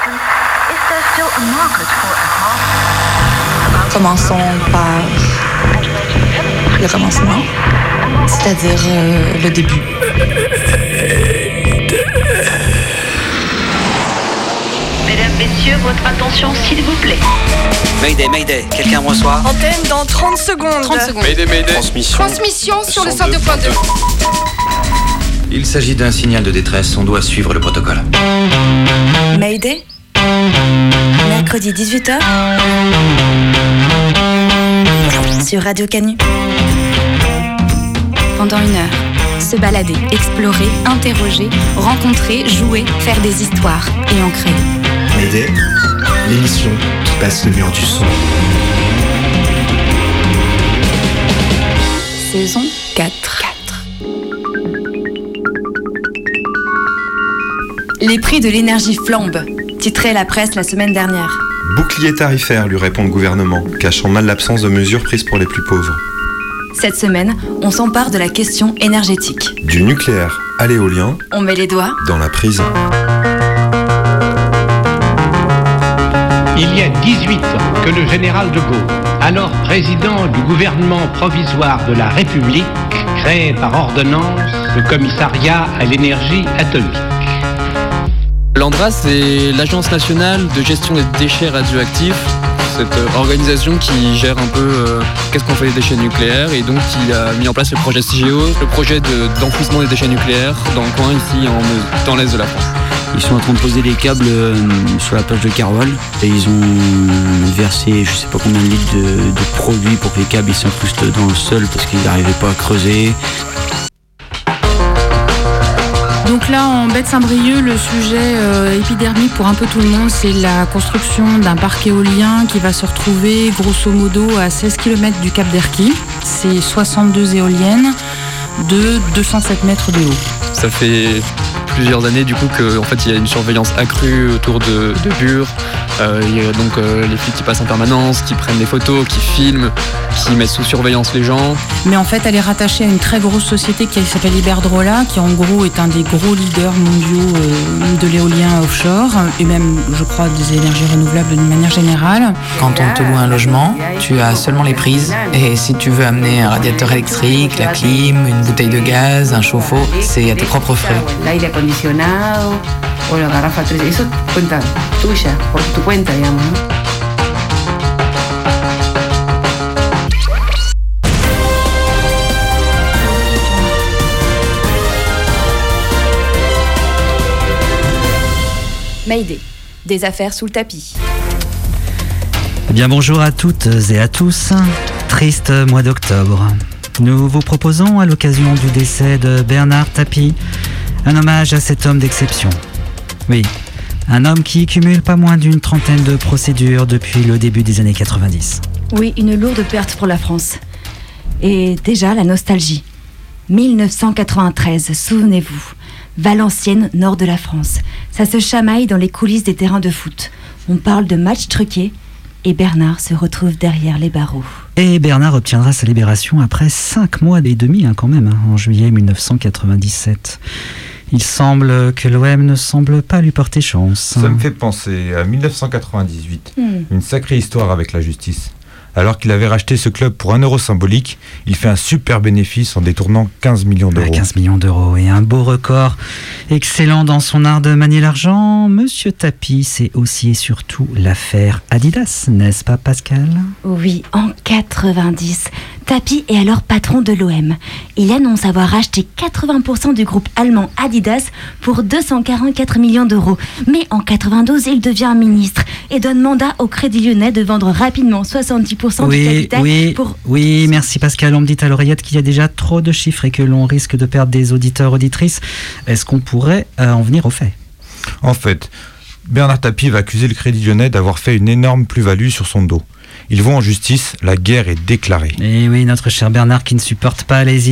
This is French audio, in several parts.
Commençons par le commencement, c'est-à-dire le début. Mesdames, messieurs, votre attention s'il vous plaît. Mayday, quelqu'un me reçoit? Antenne dans 30 secondes. 30 secondes. Mayday. Transmission sur le 102.2. Il s'agit d'un signal de détresse, on doit suivre le protocole. Mayday, mercredi 18h, sur Radio Canu. Pendant 1 heure, se balader, explorer, interroger, rencontrer, jouer, faire des histoires et en créer. Mayday, l'émission qui passe le mur du son. Saison 4. Les prix de l'énergie flambent, titrait la presse la semaine dernière. Bouclier tarifaire, lui répond le gouvernement, cachant mal l'absence de mesures prises pour les plus pauvres. Cette semaine, on s'empare de la question énergétique. Du nucléaire à l'éolien, On met les doigts dans la prise. Il y a 18 ans que le général de Gaulle, alors président du gouvernement provisoire de la République, crée par ordonnance le commissariat à l'énergie atomique. L'ANDRA, c'est l'Agence nationale de gestion des déchets radioactifs. Cette organisation qui gère un peu qu'est-ce qu'on fait des déchets nucléaires et donc qui a mis en place le projet CIGEO, le projet d'enfouissement des déchets nucléaires dans le coin ici dans l'est de la France. Ils sont en train de poser des câbles sur la plage de Carwal et ils ont versé je sais pas combien de litres de produits pour que les câbles s'incrustent dans le sol parce qu'ils n'arrivaient pas à creuser. Donc là, en Baie-de-Saint-Brieuc, le sujet épidermique pour un peu tout le monde, c'est la construction d'un parc éolien qui va se retrouver grosso modo à 16 km du Cap d'Erquy. C'est 62 éoliennes de 207 mètres de haut. Ça fait plusieurs années du coup qu'en fait il y a une surveillance accrue autour de Bure. Il y a donc les flics qui passent en permanence, qui prennent des photos, qui filment, qui mettent sous surveillance les gens. Mais en fait, elle est rattachée à une très grosse société qui s'appelle Iberdrola, qui en gros est un des gros leaders mondiaux de l'éolien offshore et même, je crois, des énergies renouvelables d'une manière générale. Quand on te loue un logement, tu as seulement les prises. Et si tu veux amener un radiateur électrique, la clim, une bouteille de gaz, un chauffe-eau, c'est à tes propres frais. L'aire acondicionado o la garrafa, eso cuenta tuya, por tu cuenta, digamos, ¿no? Mayday, des affaires sous le tapis. Eh bien bonjour à toutes et à tous. Triste mois d'octobre. Nous vous proposons, à l'occasion du décès de Bernard Tapie, un hommage à cet homme d'exception. Oui, un homme qui cumule pas moins d'une trentaine de procédures depuis le début des années 90. Oui, une lourde perte pour la France. Et déjà la nostalgie. 1993, souvenez-vous. Valenciennes, nord de la France. Ça se chamaille dans les coulisses des terrains de foot. On parle de matchs truqués et Bernard se retrouve derrière les barreaux. Et Bernard obtiendra sa libération après 5 mois et demi en juillet 1997. Il semble que l'OM ne semble pas lui porter chance. Ça me fait penser à 1998, une sacrée histoire avec la justice. Alors qu'il avait racheté ce club pour 1 euro symbolique, il fait un super bénéfice en détournant 15 millions d'euros. 15 millions d'euros et un beau record. Excellent dans son art de manier l'argent, Monsieur Tapie, c'est aussi et surtout l'affaire Adidas, n'est-ce pas Pascal ? Oui, en 90. Tapie est alors patron de l'OM. Il annonce avoir racheté 80% du groupe allemand Adidas pour 244 millions d'euros. Mais en 92, il devient ministre et donne mandat au Crédit Lyonnais de vendre rapidement 70% du capital pour... Oui, merci Pascal. On me dit à l'oreillette qu'il y a déjà trop de chiffres et que l'on risque de perdre des auditeurs, auditrices. Est-ce qu'on pourrait en venir au fait ? En fait, Bernard Tapie va accuser le Crédit Lyonnais d'avoir fait une énorme plus-value sur son dos. Ils vont en justice, la guerre est déclarée. Et oui, notre cher Bernard qui ne supporte pas les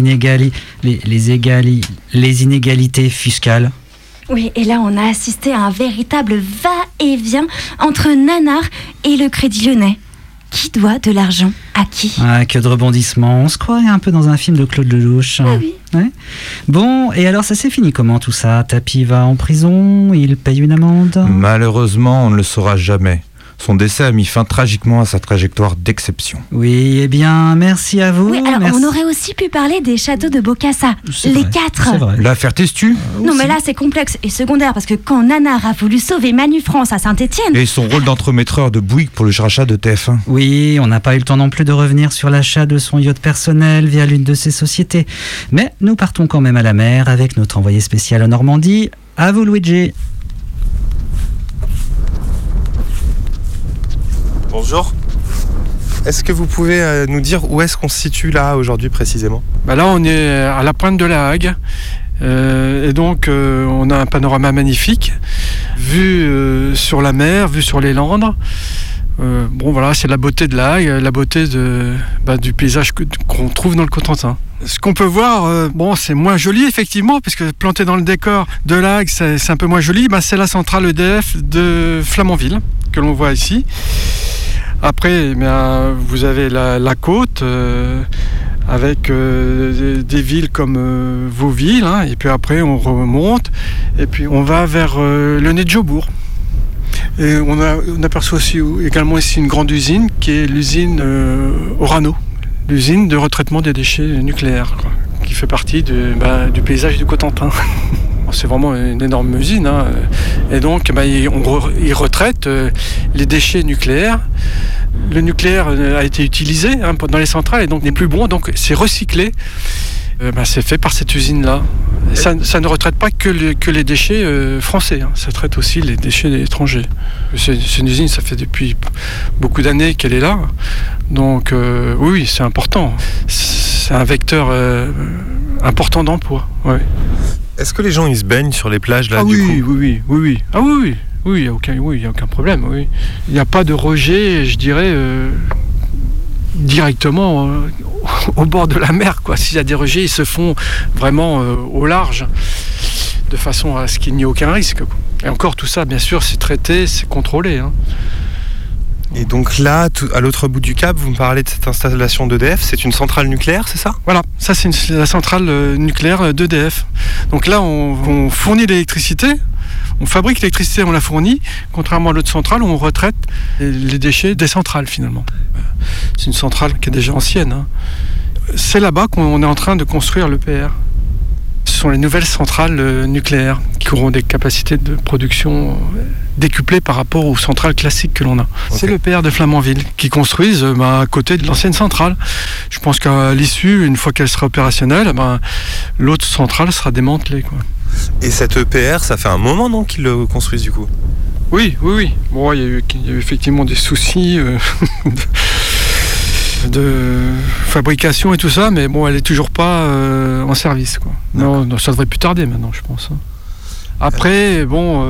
inégalités fiscales. Oui, et là on a assisté à un véritable va-et-vient entre Nanar et le Crédit Lyonnais. qui doit de l'argent à qui? Ah, que de rebondissements. On se croirait un peu dans un film de Claude Lelouch. Ah oui. Ouais. Bon, et alors ça s'est fini comment tout ça? Tapi va en prison, il paye une amende? Malheureusement, on ne le saura jamais. Son décès a mis fin tragiquement à sa trajectoire d'exception. Oui, eh bien, merci à vous. Oui, alors merci. on aurait aussi pu parler des châteaux de Bokassa, les 4. C'est vrai. L'affaire Testu Non, mais là c'est complexe et secondaire parce que quand Nanar a voulu sauver Manu France à Saint-Étienne. Et son rôle d'entremetteur de Bouygues pour le rachat de TF1. Oui, on n'a pas eu le temps non plus de revenir sur l'achat de son yacht personnel via l'une de ses sociétés. Mais nous partons quand même à la mer avec notre envoyé spécial en Normandie. À vous, Luigi. Bonjour. Est-ce que vous pouvez nous dire où est-ce qu'on se situe là aujourd'hui précisément? Là on est à la pointe de la Hague et donc on a un panorama magnifique, vue sur la mer, vue sur les Landes. Bon voilà, c'est la beauté de la Hague, la beauté du paysage qu'on trouve dans le Cotentin. Ce qu'on peut voir, c'est moins joli effectivement, parce que planté dans le décor de la Hague, c'est un peu moins joli. C'est la centrale EDF de Flamanville que l'on voit ici. Après, vous avez la côte avec des villes comme Vauville, hein, et puis après on remonte et puis on va vers le nez de Jobourg. Et on aperçoit aussi également ici une grande usine qui est l'usine Orano, l'usine de retraitement des déchets nucléaires, quoi, qui fait partie du paysage du Cotentin. C'est vraiment une énorme usine, hein. Et donc ils retraitent les déchets nucléaires. Le nucléaire a été utilisé dans les centrales et donc n'est plus bon, donc c'est recyclé. C'est fait par cette usine-là. Ça ne retraite pas que les déchets français, hein. Ça traite aussi les déchets étrangers. C'est une usine, ça fait depuis beaucoup d'années qu'elle est là. Donc oui, c'est important. C'est un vecteur important d'emploi. Ouais. Est-ce que les gens ils se baignent sur les plages là Oui. Ah oui. Oui, il n'y a aucun problème. Oui. Il n'y a pas de rejet, je dirais, directement au bord de la mer, quoi. S'il y a des rejets, ils se font vraiment au large, de façon à ce qu'il n'y ait aucun risque, quoi. Et encore, tout ça, bien sûr, c'est traité, c'est contrôlé, hein. Et donc là, à l'autre bout du cap, vous me parlez de cette installation d'EDF, c'est une centrale nucléaire, c'est ça? Voilà, ça c'est la centrale nucléaire d'EDF. Donc là, on fournit l'électricité, on fabrique l'électricité, on la fournit, contrairement à l'autre centrale où on retraite les déchets des centrales finalement. C'est une centrale qui est déjà ancienne, hein. C'est là-bas qu'on est en train de construire l'EPR. Ce sont les nouvelles centrales nucléaires qui auront des capacités de production décuplées par rapport aux centrales classiques que l'on a. Okay. C'est l'EPR de Flamanville qui construisent à côté de l'ancienne centrale. Je pense qu'à l'issue, une fois qu'elle sera opérationnelle, l'autre centrale sera démantelée, quoi. Et cette EPR, ça fait un moment non qu'ils le construisent du coup? Oui. Bon, il y a eu effectivement des soucis de fabrication et tout ça, mais bon, elle est toujours pas en service, quoi. Non, ça devrait plus tarder maintenant, je pense. Après,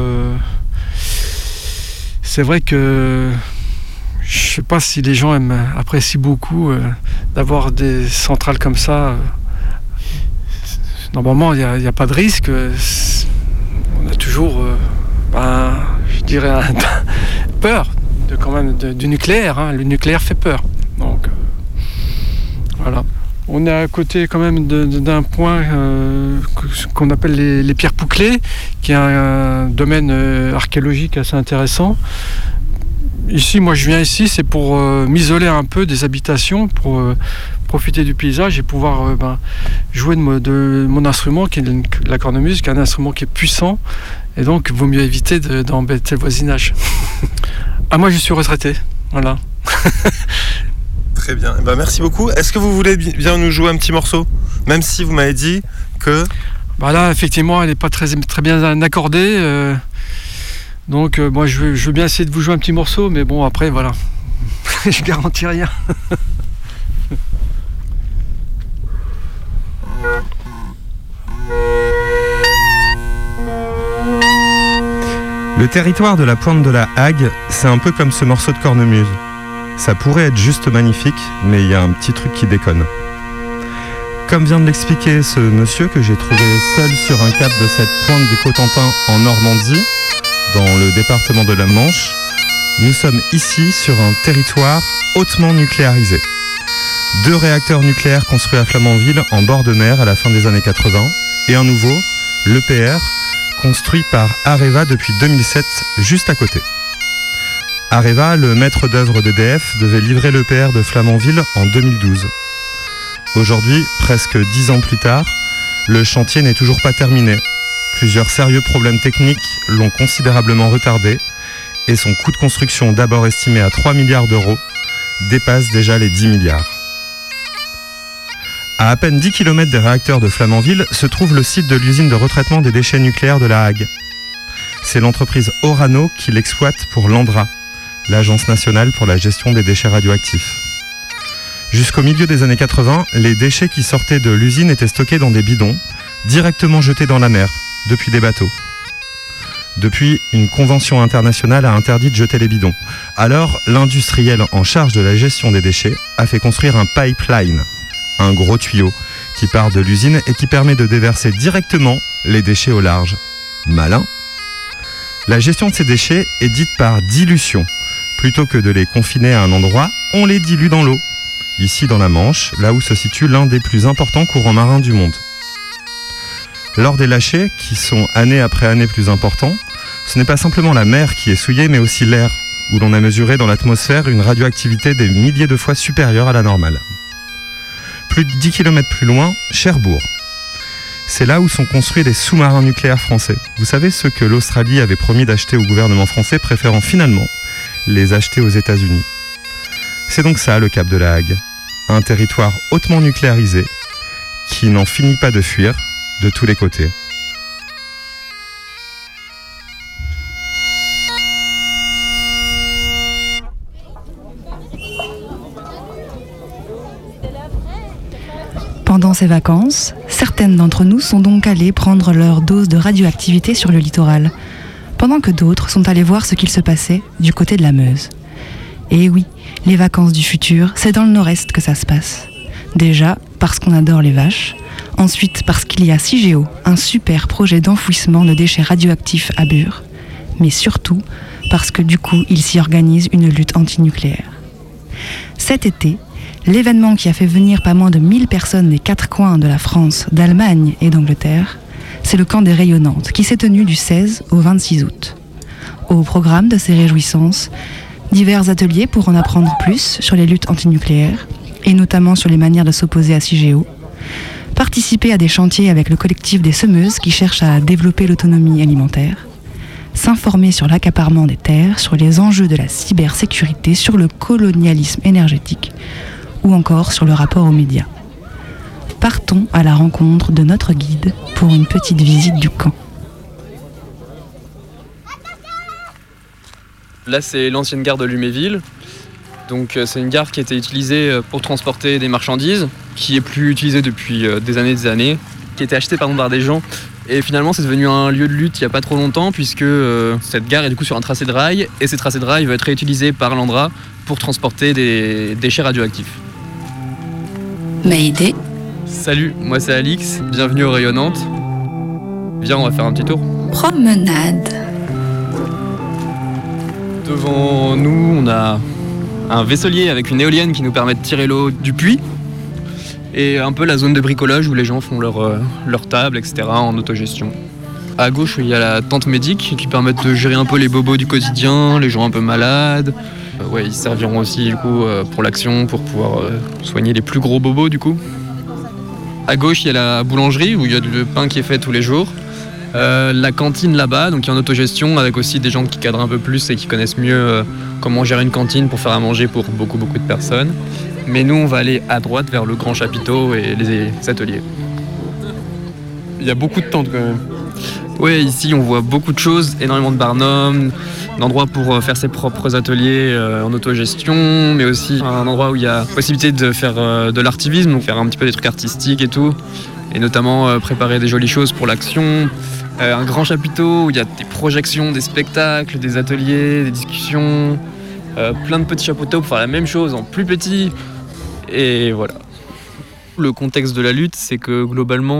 c'est vrai que je sais pas si les gens apprécient beaucoup d'avoir des centrales comme ça. Normalement, il n'y a pas de risque. On a toujours, je dirais, peur quand même du nucléaire, hein. Le nucléaire fait peur. Donc, voilà. On est à côté quand même d'un point qu'on appelle les pierres Pouclées, qui est un domaine archéologique assez intéressant. Ici, moi je viens ici, c'est pour m'isoler un peu des habitations, pour profiter du paysage et pouvoir jouer de mon instrument, qui est la cornemuse, qui est un instrument qui est puissant, et donc il vaut mieux éviter d'embêter le voisinage. Moi je suis retraité, voilà. Très bien, merci beaucoup. Est-ce que vous voulez bien nous jouer un petit morceau? Même si vous m'avez dit que... Là, effectivement, elle n'est pas très bien accordée. Donc, moi, je veux bien essayer de vous jouer un petit morceau, mais bon, après, voilà. Je garantis rien. Le territoire de la pointe de la Hague, c'est un peu comme ce morceau de cornemuse. Ça pourrait être juste magnifique, mais il y a un petit truc qui déconne. Comme vient de l'expliquer ce monsieur que j'ai trouvé seul sur un cap de cette pointe du Cotentin en Normandie, dans le département de la Manche, nous sommes ici sur un territoire hautement nucléarisé. 2 réacteurs nucléaires construits à Flamanville en bord de mer à la fin des années 80 et un nouveau, l'EPR, construit par Areva depuis 2007, juste à côté. Areva, le maître d'œuvre d'EDF, devait livrer l'EPR de Flamanville en 2012. Aujourd'hui, presque 10 ans plus tard, le chantier n'est toujours pas terminé. Plusieurs sérieux problèmes techniques l'ont considérablement retardé et son coût de construction, d'abord estimé à 3 milliards d'euros, dépasse déjà les 10 milliards. À peine 10 km des réacteurs de Flamanville se trouve le site de l'usine de retraitement des déchets nucléaires de La Hague. C'est l'entreprise Orano qui l'exploite pour l'ANDRA, l'Agence nationale pour la gestion des déchets radioactifs. Jusqu'au milieu des années 80, les déchets qui sortaient de l'usine étaient stockés dans des bidons, directement jetés dans la mer, depuis des bateaux. Depuis, une convention internationale a interdit de jeter les bidons. Alors, l'industriel en charge de la gestion des déchets a fait construire un pipeline, un gros tuyau qui part de l'usine et qui permet de déverser directement les déchets au large. Malin. La gestion de ces déchets est dite par dilution. Plutôt que de les confiner à un endroit, on les dilue dans l'eau. Ici dans la Manche, là où se situe l'un des plus importants courants marins du monde. Lors des lâchers, qui sont année après année plus importants, ce n'est pas simplement la mer qui est souillée, mais aussi l'air, où l'on a mesuré dans l'atmosphère une radioactivité des milliers de fois supérieure à la normale. Plus de 10 km plus loin, Cherbourg. C'est là où sont construits les sous-marins nucléaires français. Vous savez, ceux que l'Australie avait promis d'acheter au gouvernement français, préférant finalement les acheter aux États-Unis. C'est donc ça le cap de La Hague. Un territoire hautement nucléarisé qui n'en finit pas de fuir de tous les côtés. Pendant ces vacances, certaines d'entre nous sont donc allées prendre leur dose de radioactivité sur le littoral, pendant que d'autres sont allées voir ce qu'il se passait du côté de la Meuse. Et oui, les vacances du futur, c'est dans le nord-est que ça se passe. Déjà, parce qu'on adore les vaches. Ensuite, parce qu'il y a CIGEO, un super projet d'enfouissement de déchets radioactifs à Bure. Mais surtout, parce que du coup, il s'y organise une lutte antinucléaire. Cet été, l'événement qui a fait venir pas moins de 1000 personnes des 4 coins de la France, d'Allemagne et d'Angleterre, c'est le camp des Rayonnantes, qui s'est tenu du 16 au 26 août. Au programme de ces réjouissances, divers ateliers pour en apprendre plus sur les luttes antinucléaires, et notamment sur les manières de s'opposer à CIGEO, participer à des chantiers avec le collectif des semeuses qui cherchent à développer l'autonomie alimentaire, s'informer sur l'accaparement des terres, sur les enjeux de la cybersécurité, sur le colonialisme énergétique, ou encore sur le rapport aux médias. Partons à la rencontre de notre guide pour une petite visite du camp. Là, c'est l'ancienne gare de Luméville. Donc, c'est une gare qui a été utilisée pour transporter des marchandises, qui est plus utilisée depuis des années, qui a été achetée par des gens. Et finalement, c'est devenu un lieu de lutte il n'y a pas trop longtemps, puisque cette gare est du coup sur un tracé de rail, et ce tracé de rail va être réutilisé par l'ANDRA pour transporter des déchets radioactifs. Maïdé. Salut, moi c'est Alix, bienvenue aux Rayonnantes. Viens, on va faire un petit tour. Promenade. Devant nous, on a un vaisselier avec une éolienne qui nous permet de tirer l'eau du puits. Et un peu la zone de bricolage où les gens font leur table, etc. en autogestion. À gauche, il y a la tente médic qui permet de gérer un peu les bobos du quotidien, les gens un peu malades. Ouais, ils serviront aussi du coup pour l'action, pour pouvoir soigner les plus gros bobos du coup. À gauche, il y a la boulangerie où il y a du pain qui est fait tous les jours. La cantine là-bas, donc il y a en autogestion avec aussi des gens qui cadrent un peu plus et qui connaissent mieux comment gérer une cantine pour faire à manger pour beaucoup de personnes. Mais nous, on va aller à droite vers le grand chapiteau et les ateliers. Il y a beaucoup de tentes quand même. Oui, ici on voit beaucoup de choses, énormément de barnums, d'endroits pour faire ses propres ateliers en autogestion, mais aussi un endroit où il y a possibilité de faire de l'artivisme, donc faire un petit peu des trucs artistiques et tout, et notamment préparer des jolies choses pour l'action. Un grand chapiteau où il y a des projections, des spectacles, des ateliers, des discussions, plein de petits chapiteaux pour faire la même chose en plus petit, et voilà. Le contexte de la lutte, c'est que globalement,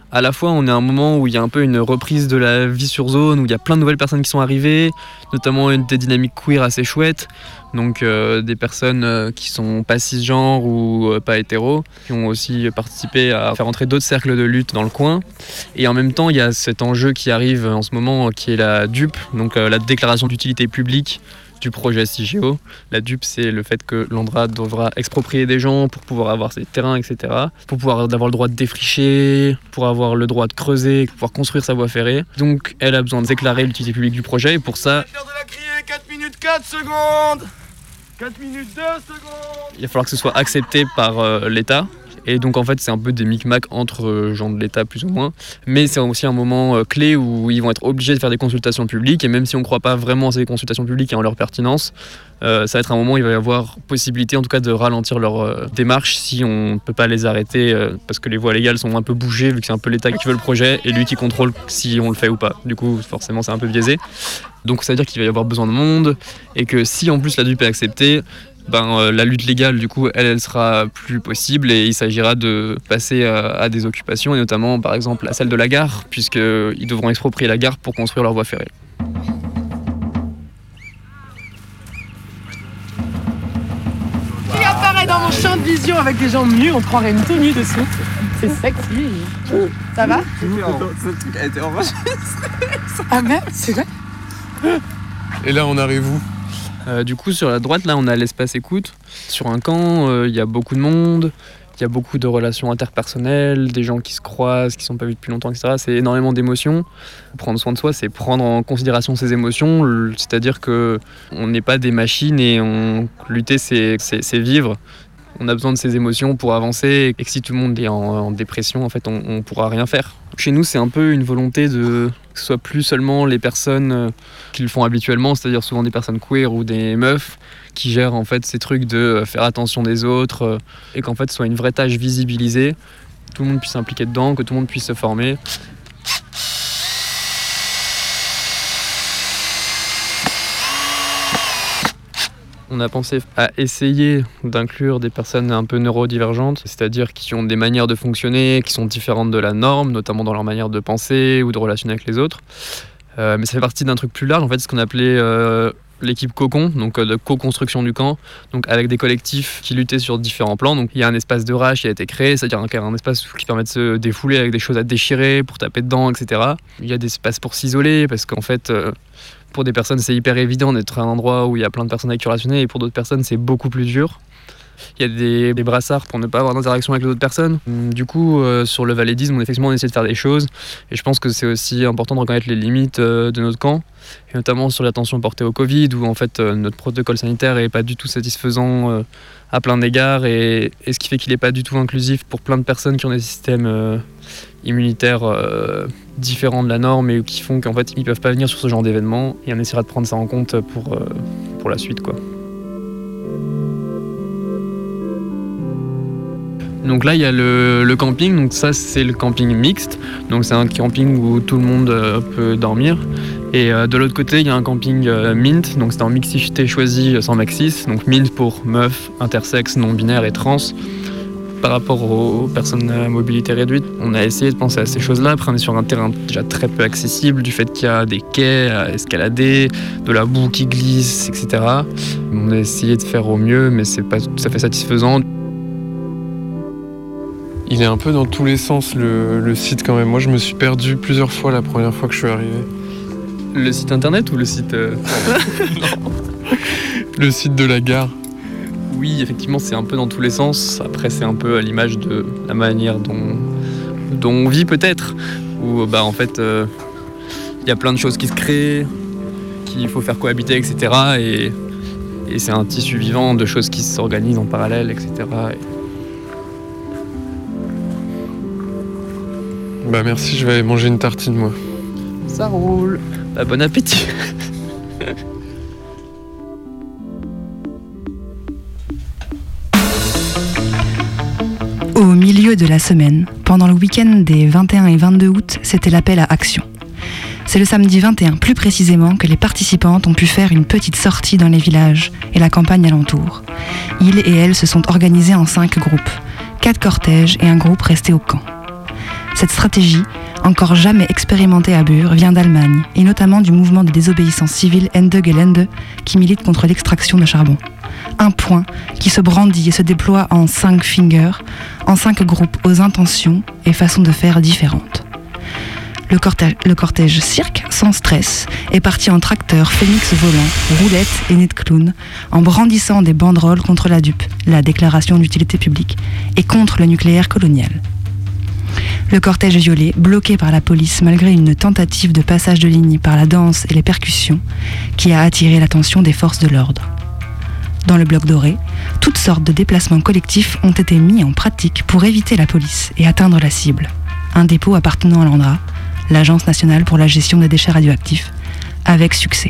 à la fois on est à un moment où il y a un peu une reprise de la vie sur zone, où il y a plein de nouvelles personnes qui sont arrivées, notamment des dynamiques queer assez chouettes, donc des personnes qui sont pas cisgenres ou pas hétéros, qui ont aussi participé à faire entrer d'autres cercles de lutte dans le coin. Et en même temps il y a cet enjeu qui arrive en ce moment qui est la DUP, donc la déclaration d'utilité publique du projet CIGEO. La DUP, c'est le fait que l'Andra devra exproprier des gens pour pouvoir avoir ses terrains, etc. Pour pouvoir avoir le droit de défricher, pour avoir le droit de creuser, pour pouvoir construire sa voie ferrée. Donc, elle a besoin de déclarer l'utilité publique du projet et pour ça... 4 minutes 4 secondes 4 minutes 2 secondes. Il va falloir que ce soit accepté par l'État. Et donc en fait c'est un peu des micmacs entre gens de l'État plus ou moins. Mais c'est aussi un moment clé où ils vont être obligés de faire des consultations publiques. Et même si on ne croit pas vraiment à ces consultations publiques et en leur pertinence, ça va être un moment où il va y avoir possibilité en tout cas de ralentir leur démarche si on ne peut pas les arrêter parce que les voies légales sont un peu bougées vu que c'est un peu l'État qui veut le projet et lui qui contrôle si on le fait ou pas. Du coup forcément c'est un peu biaisé. Donc ça veut dire qu'il va y avoir besoin de monde et que si en plus la DUP est acceptée, la lutte légale, du coup, elle sera plus possible et il s'agira de passer à des occupations, et notamment, par exemple, à celle de la gare, puisqu'ils devront exproprier la gare pour construire leur voie ferrée. Qui apparaît dans mon champ de vision avec des jambes nues, on croirait une tenue dessous. C'est sexy. Ça va? Ce truc a été enregistré. Ah merde, c'est vrai? Et là, on arrive où? Du coup, sur la droite, là, on a l'espace écoute. Sur un camp, il y a beaucoup de monde, il y a beaucoup de relations interpersonnelles, des gens qui se croisent, qui ne sont pas vus depuis longtemps, etc. C'est énormément d'émotions. Prendre soin de soi, c'est prendre en considération ses émotions, c'est-à-dire qu'on n'est pas des machines et lutter, c'est vivre. On a besoin de ces émotions pour avancer et que si tout le monde est en dépression, en fait, on pourra rien faire. Chez nous, c'est un peu une volonté que ce soit plus seulement les personnes qui le font habituellement, c'est-à-dire souvent des personnes queer ou des meufs qui gèrent en fait ces trucs de faire attention des autres et qu'en fait ce soit une vraie tâche visibilisée, que tout le monde puisse s'impliquer dedans, que tout le monde puisse se former. On a pensé à essayer d'inclure des personnes un peu neurodivergentes, c'est-à-dire qui ont des manières de fonctionner qui sont différentes de la norme, notamment dans leur manière de penser ou de relationner avec les autres. Mais ça fait partie d'un truc plus large, en fait, ce qu'on appelait l'équipe Cocon, donc de co-construction du camp, donc avec des collectifs qui luttaient sur différents plans. Donc il y a un espace de rage qui a été créé, c'est-à-dire un espace qui permet de se défouler avec des choses à déchirer, pour taper dedans, etc. Il y a des espaces pour s'isoler, parce qu'en fait... pour des personnes, c'est hyper évident d'être à un endroit où il y a plein de personnes avec qui relationner, et pour d'autres personnes, c'est beaucoup plus dur. Il y a des brassards pour ne pas avoir d'interaction avec les autres personnes. Du coup, sur le validisme, effectivement, on essaie de faire des choses. Et je pense que c'est aussi important de reconnaître les limites de notre camp, et notamment sur l'attention portée au Covid, où en fait notre protocole sanitaire n'est pas du tout satisfaisant à plein d'égards, et ce qui fait qu'il n'est pas du tout inclusif pour plein de personnes qui ont des systèmes immunitaires différents de la norme et qui font qu'en fait ils ne peuvent pas venir sur ce genre d'événement, et on essaiera de prendre ça en compte pour la suite, quoi. Donc là il y a le camping, donc ça c'est le camping mixte, donc c'est un camping où tout le monde peut dormir, et de l'autre côté il y a un camping mint, donc c'est en mixité choisie sans maxis, donc mint pour meufs, intersexes, non-binaires et trans. Par rapport aux personnes à mobilité réduite, on a essayé de penser à ces choses-là. Après, on est sur un terrain déjà très peu accessible, du fait qu'il y a des quais à escalader, de la boue qui glisse, etc. On a essayé de faire au mieux, mais c'est pas tout à fait satisfaisant. Il est un peu dans tous les sens, le site, quand même. Moi, je me suis perdu plusieurs fois la première fois que je suis arrivé. Le site internet ou le site... Non. Le site de la gare. Oui, effectivement, c'est un peu dans tous les sens. Après, c'est un peu à l'image de la manière dont on vit, peut-être. Où, en fait, y a plein de choses qui se créent, qu'il faut faire cohabiter, etc. Et c'est un tissu vivant de choses qui s'organisent en parallèle, etc. Merci, je vais aller manger une tartine, moi. Ça roule. Bon appétit. Au milieu de la semaine, pendant le week-end des 21 et 22 août, c'était l'appel à action. C'est le samedi 21 plus précisément que les participantes ont pu faire une petite sortie dans les villages et la campagne alentour. Ils et elles se sont organisés en 5 groupes, 4 cortèges et un groupe resté au camp. Cette stratégie, encore jamais expérimentée à Bure, vient d'Allemagne, et notamment du mouvement de désobéissance civile Ende Gelände, qui milite contre l'extraction de charbon. Un point qui se brandit et se déploie en 5 fingers, en 5 groupes aux intentions et façons de faire différentes. Le cortège cirque, sans stress, est parti en tracteur, phénix volant, roulette et nez de clown, en brandissant des banderoles contre la DUP, la déclaration d'utilité publique, et contre le nucléaire colonial. Le cortège violet, bloqué par la police malgré une tentative de passage de ligne par la danse et les percussions, qui a attiré l'attention des forces de l'ordre. Dans le bloc doré, toutes sortes de déplacements collectifs ont été mis en pratique pour éviter la police et atteindre la cible. Un dépôt appartenant à l'ANDRA, l'Agence nationale pour la gestion des déchets radioactifs, avec succès.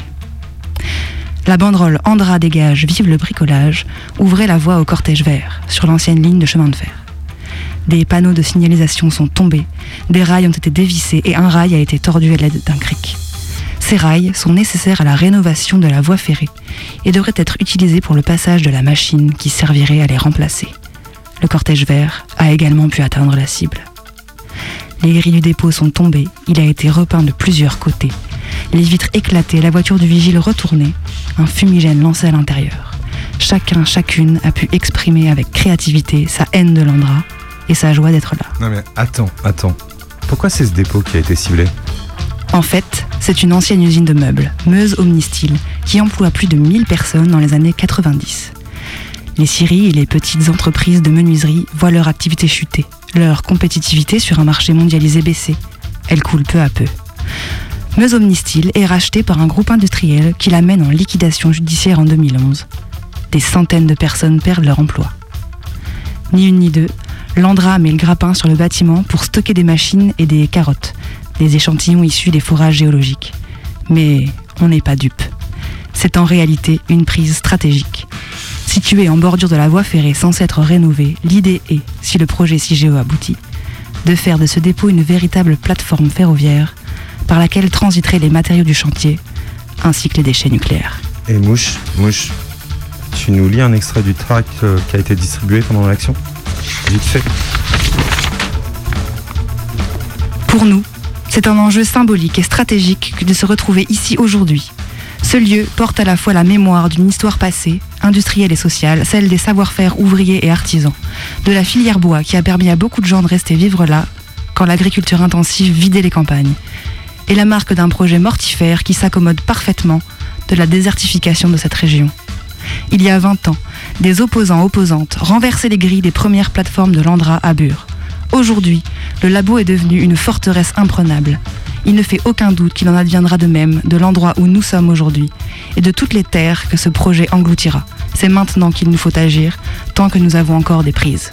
La banderole Andra dégage, vive le bricolage ouvrait la voie au cortège vert, sur l'ancienne ligne de chemin de fer. Des panneaux de signalisation sont tombés, des rails ont été dévissés et un rail a été tordu à l'aide d'un cric. Ces rails sont nécessaires à la rénovation de la voie ferrée et devraient être utilisés pour le passage de la machine qui servirait à les remplacer. Le cortège vert a également pu atteindre la cible. Les grilles du dépôt sont tombées, il a été repeint de plusieurs côtés. Les vitres éclatées, la voiture du vigile retournée, un fumigène lancé à l'intérieur. Chacune a pu exprimer avec créativité sa haine de l'ANDRA et sa joie d'être là. Non mais attends. Pourquoi c'est ce dépôt qui a été ciblé ? En fait, c'est une ancienne usine de meubles, Meuse Omnistil, qui emploie plus de 1000 personnes dans les années 90. Les scieries et les petites entreprises de menuiserie voient leur activité chuter, leur compétitivité sur un marché mondialisé baisser. Elle coule peu à peu. Meuse Omnistil est rachetée par un groupe industriel qui la mène en liquidation judiciaire en 2011. Des centaines de personnes perdent leur emploi. Ni une ni deux, l'ANDRA met le grappin sur le bâtiment pour stocker des machines et des carottes, des échantillons issus des forages géologiques. Mais on n'est pas dupe. C'est en réalité une prise stratégique. Située en bordure de la voie ferrée censée être rénovée, l'idée est, si le projet CIGEO aboutit, de faire de ce dépôt une véritable plateforme ferroviaire par laquelle transiteraient les matériaux du chantier, ainsi que les déchets nucléaires. Et Mouche, tu nous lis un extrait du tract qui a été distribué pendant l'action ? Vite fait. Pour nous, c'est un enjeu symbolique et stratégique que de se retrouver ici aujourd'hui. Ce lieu porte à la fois la mémoire d'une histoire passée, industrielle et sociale, celle des savoir-faire ouvriers et artisans, de la filière bois qui a permis à beaucoup de gens de rester vivre là quand l'agriculture intensive vidait les campagnes, et la marque d'un projet mortifère qui s'accommode parfaitement de la désertification de cette région. Il y a 20 ans, des opposantes renversaient les grilles des premières plateformes de l'ANDRA à Bure. Aujourd'hui, le labo est devenu une forteresse imprenable. Il ne fait aucun doute qu'il en adviendra de même de l'endroit où nous sommes aujourd'hui et de toutes les terres que ce projet engloutira. C'est maintenant qu'il nous faut agir, tant que nous avons encore des prises.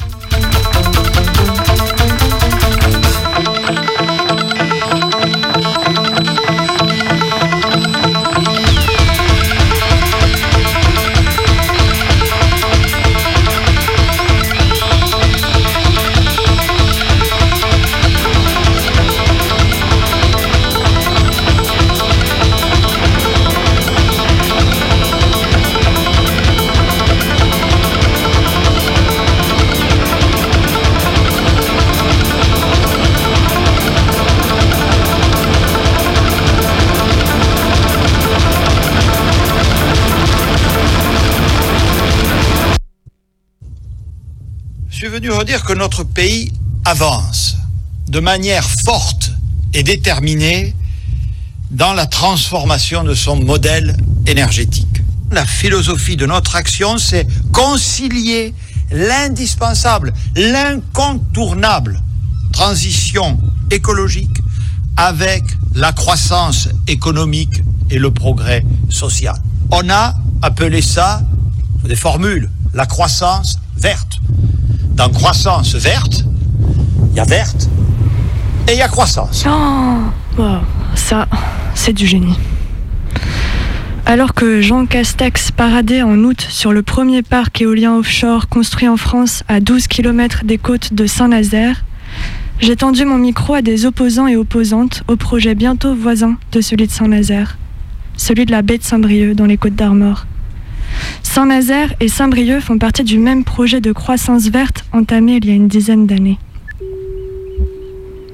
Je suis venu redire que notre pays avance de manière forte et déterminée dans la transformation de son modèle énergétique. La philosophie de notre action, c'est concilier l'indispensable, l'incontournable transition écologique avec la croissance économique et le progrès social. On a appelé ça, des formules, la croissance verte. Dans croissance verte, il y a verte et il y a croissance. Oh, ça, c'est du génie. Alors que Jean Castex paradait en août sur le premier parc éolien offshore construit en France à 12 km des côtes de Saint-Nazaire, j'ai tendu mon micro à des opposants et opposantes au projet bientôt voisin de celui de Saint-Nazaire, celui de la baie de Saint-Brieuc dans les Côtes d'Armor. Saint-Nazaire et Saint-Brieuc font partie du même projet de croissance verte entamé il y a une dizaine d'années.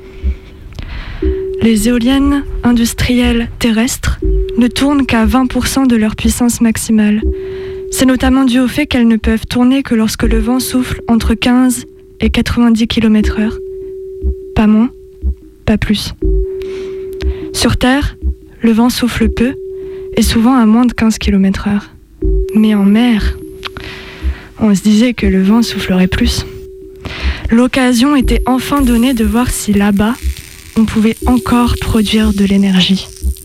les éoliennes industrielles terrestres ne tournent qu'à 20% de leur puissance maximale. C'est notamment dû au fait qu'elles ne peuvent tourner que lorsque le vent souffle entre 15 et 90 km/h. Pas moins, pas plus. Sur Terre, le vent souffle peu et souvent à moins de 15 km/h. Mais en mer, on se disait que le vent soufflerait plus. L'occasion était enfin donnée de voir si là-bas, on pouvait encore produire de l'énergie.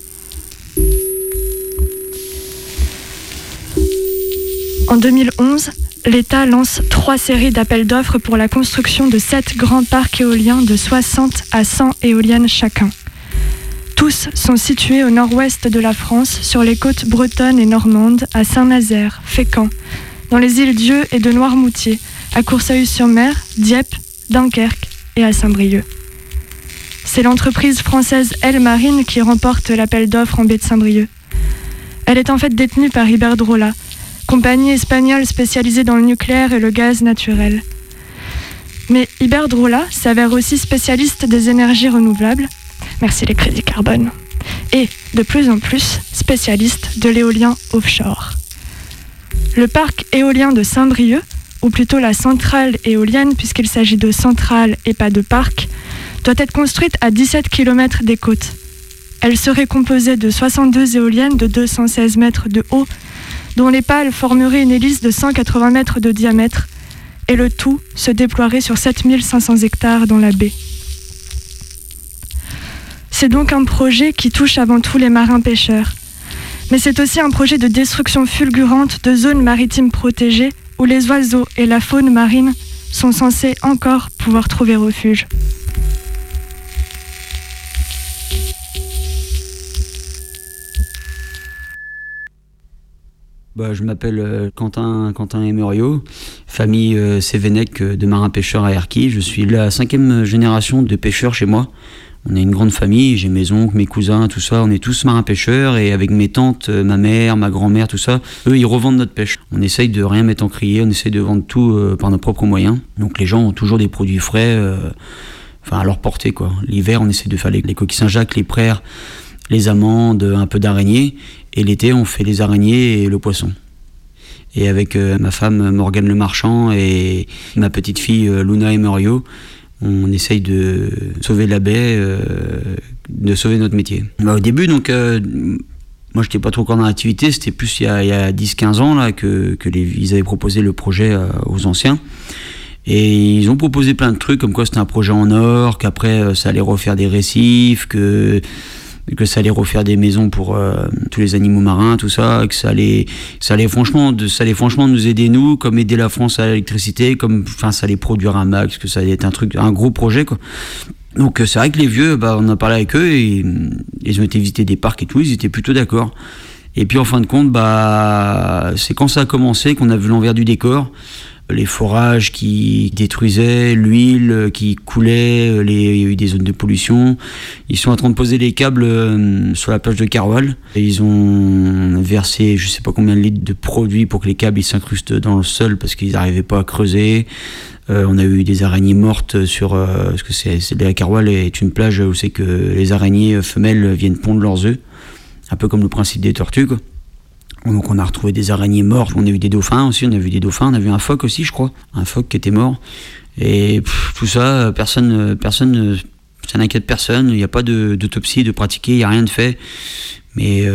En 2011, l'État lance 3 séries d'appels d'offres pour la construction de 7 grands parcs éoliens de 60 à 100 éoliennes chacun. Tous sont situés au nord-ouest de la France, sur les côtes bretonnes et normandes, à Saint-Nazaire, Fécamp, dans les îles Dieu et de Noirmoutier, à Courseulles-sur-Mer, Dieppe, Dunkerque et à Saint-Brieuc. C'est l'entreprise française Elle Marine qui remporte l'appel d'offres en baie de Saint-Brieuc. Elle est en fait détenue par Iberdrola, compagnie espagnole spécialisée dans le nucléaire et le gaz naturel. Mais Iberdrola s'avère aussi spécialiste des énergies renouvelables, merci les crédits carbone, et de plus en plus spécialiste de l'éolien offshore. Le parc éolien de Saint-Brieuc, ou plutôt la centrale éolienne puisqu'il s'agit de centrale et pas de parc, doit être construite à 17 km des côtes. Elle serait composée de 62 éoliennes de 216 mètres de haut, dont les pales formeraient une hélice de 180 mètres de diamètre, et le tout se déploierait sur 7500 hectares dans la baie. C'est donc un projet qui touche avant tout les marins pêcheurs. Mais c'est aussi un projet de destruction fulgurante de zones maritimes protégées où les oiseaux et la faune marine sont censés encore pouvoir trouver refuge. Je m'appelle Quentin Emerio, famille Sévénèque de marins pêcheurs à Erquy. Je suis la 5e génération de pêcheurs chez moi. On est une grande famille, j'ai mes oncles, mes cousins, tout ça. On est tous marins pêcheurs et avec mes tantes, ma mère, ma grand-mère, tout ça, eux ils revendent notre pêche. On essaye de rien mettre en criée, on essaye de vendre tout par nos propres moyens. Donc les gens ont toujours des produits frais, à leur portée quoi. L'hiver on essaie de faire les coquilles Saint-Jacques, les praires, les amandes, un peu d'araignées. Et l'été, on fait les araignées et le poisson. Et avec ma femme Morgane Le Marchand et ma petite fille Luna Emerio, on essaye de sauver la baie, de sauver notre métier. Au début, donc, moi, j'étais pas trop encore dans l'activité. C'était plus il y a 10-15 ans là, ils avaient proposé le projet aux anciens. Et ils ont proposé plein de trucs, comme quoi c'était un projet en or, qu'après, ça allait refaire des récifs, que ça allait refaire des maisons pour tous les animaux marins, tout ça, que ça allait franchement nous aider nous, comme aider la France à l'électricité, ça allait produire un max, que ça allait être un gros projet quoi. Donc c'est vrai que les vieux, on a parlé avec eux et ils ont été visiter des parcs et tout, ils étaient plutôt d'accord. Et puis en fin de compte, c'est quand ça a commencé qu'on a vu l'envers du décor. Les forages qui détruisaient, l'huile qui coulait, il y a eu des zones de pollution. Ils sont en train de poser les câbles sur la plage de Caroual. Et ils ont versé je sais pas combien de litres de produits pour que les câbles ils s'incrustent dans le sol parce qu'ils n'arrivaient pas à creuser. On a eu des araignées mortes parce que la Caroual est une plage où c'est que les araignées femelles viennent pondre leurs œufs. Un peu comme le principe des tortues quoi. Donc on a retrouvé des araignées mortes, on a vu des dauphins aussi, on a vu un phoque aussi je crois, un phoque qui était mort. Et tout ça, personne, ça n'inquiète personne, il n'y a pas d'autopsie de pratiquer, il n'y a rien de fait. Mais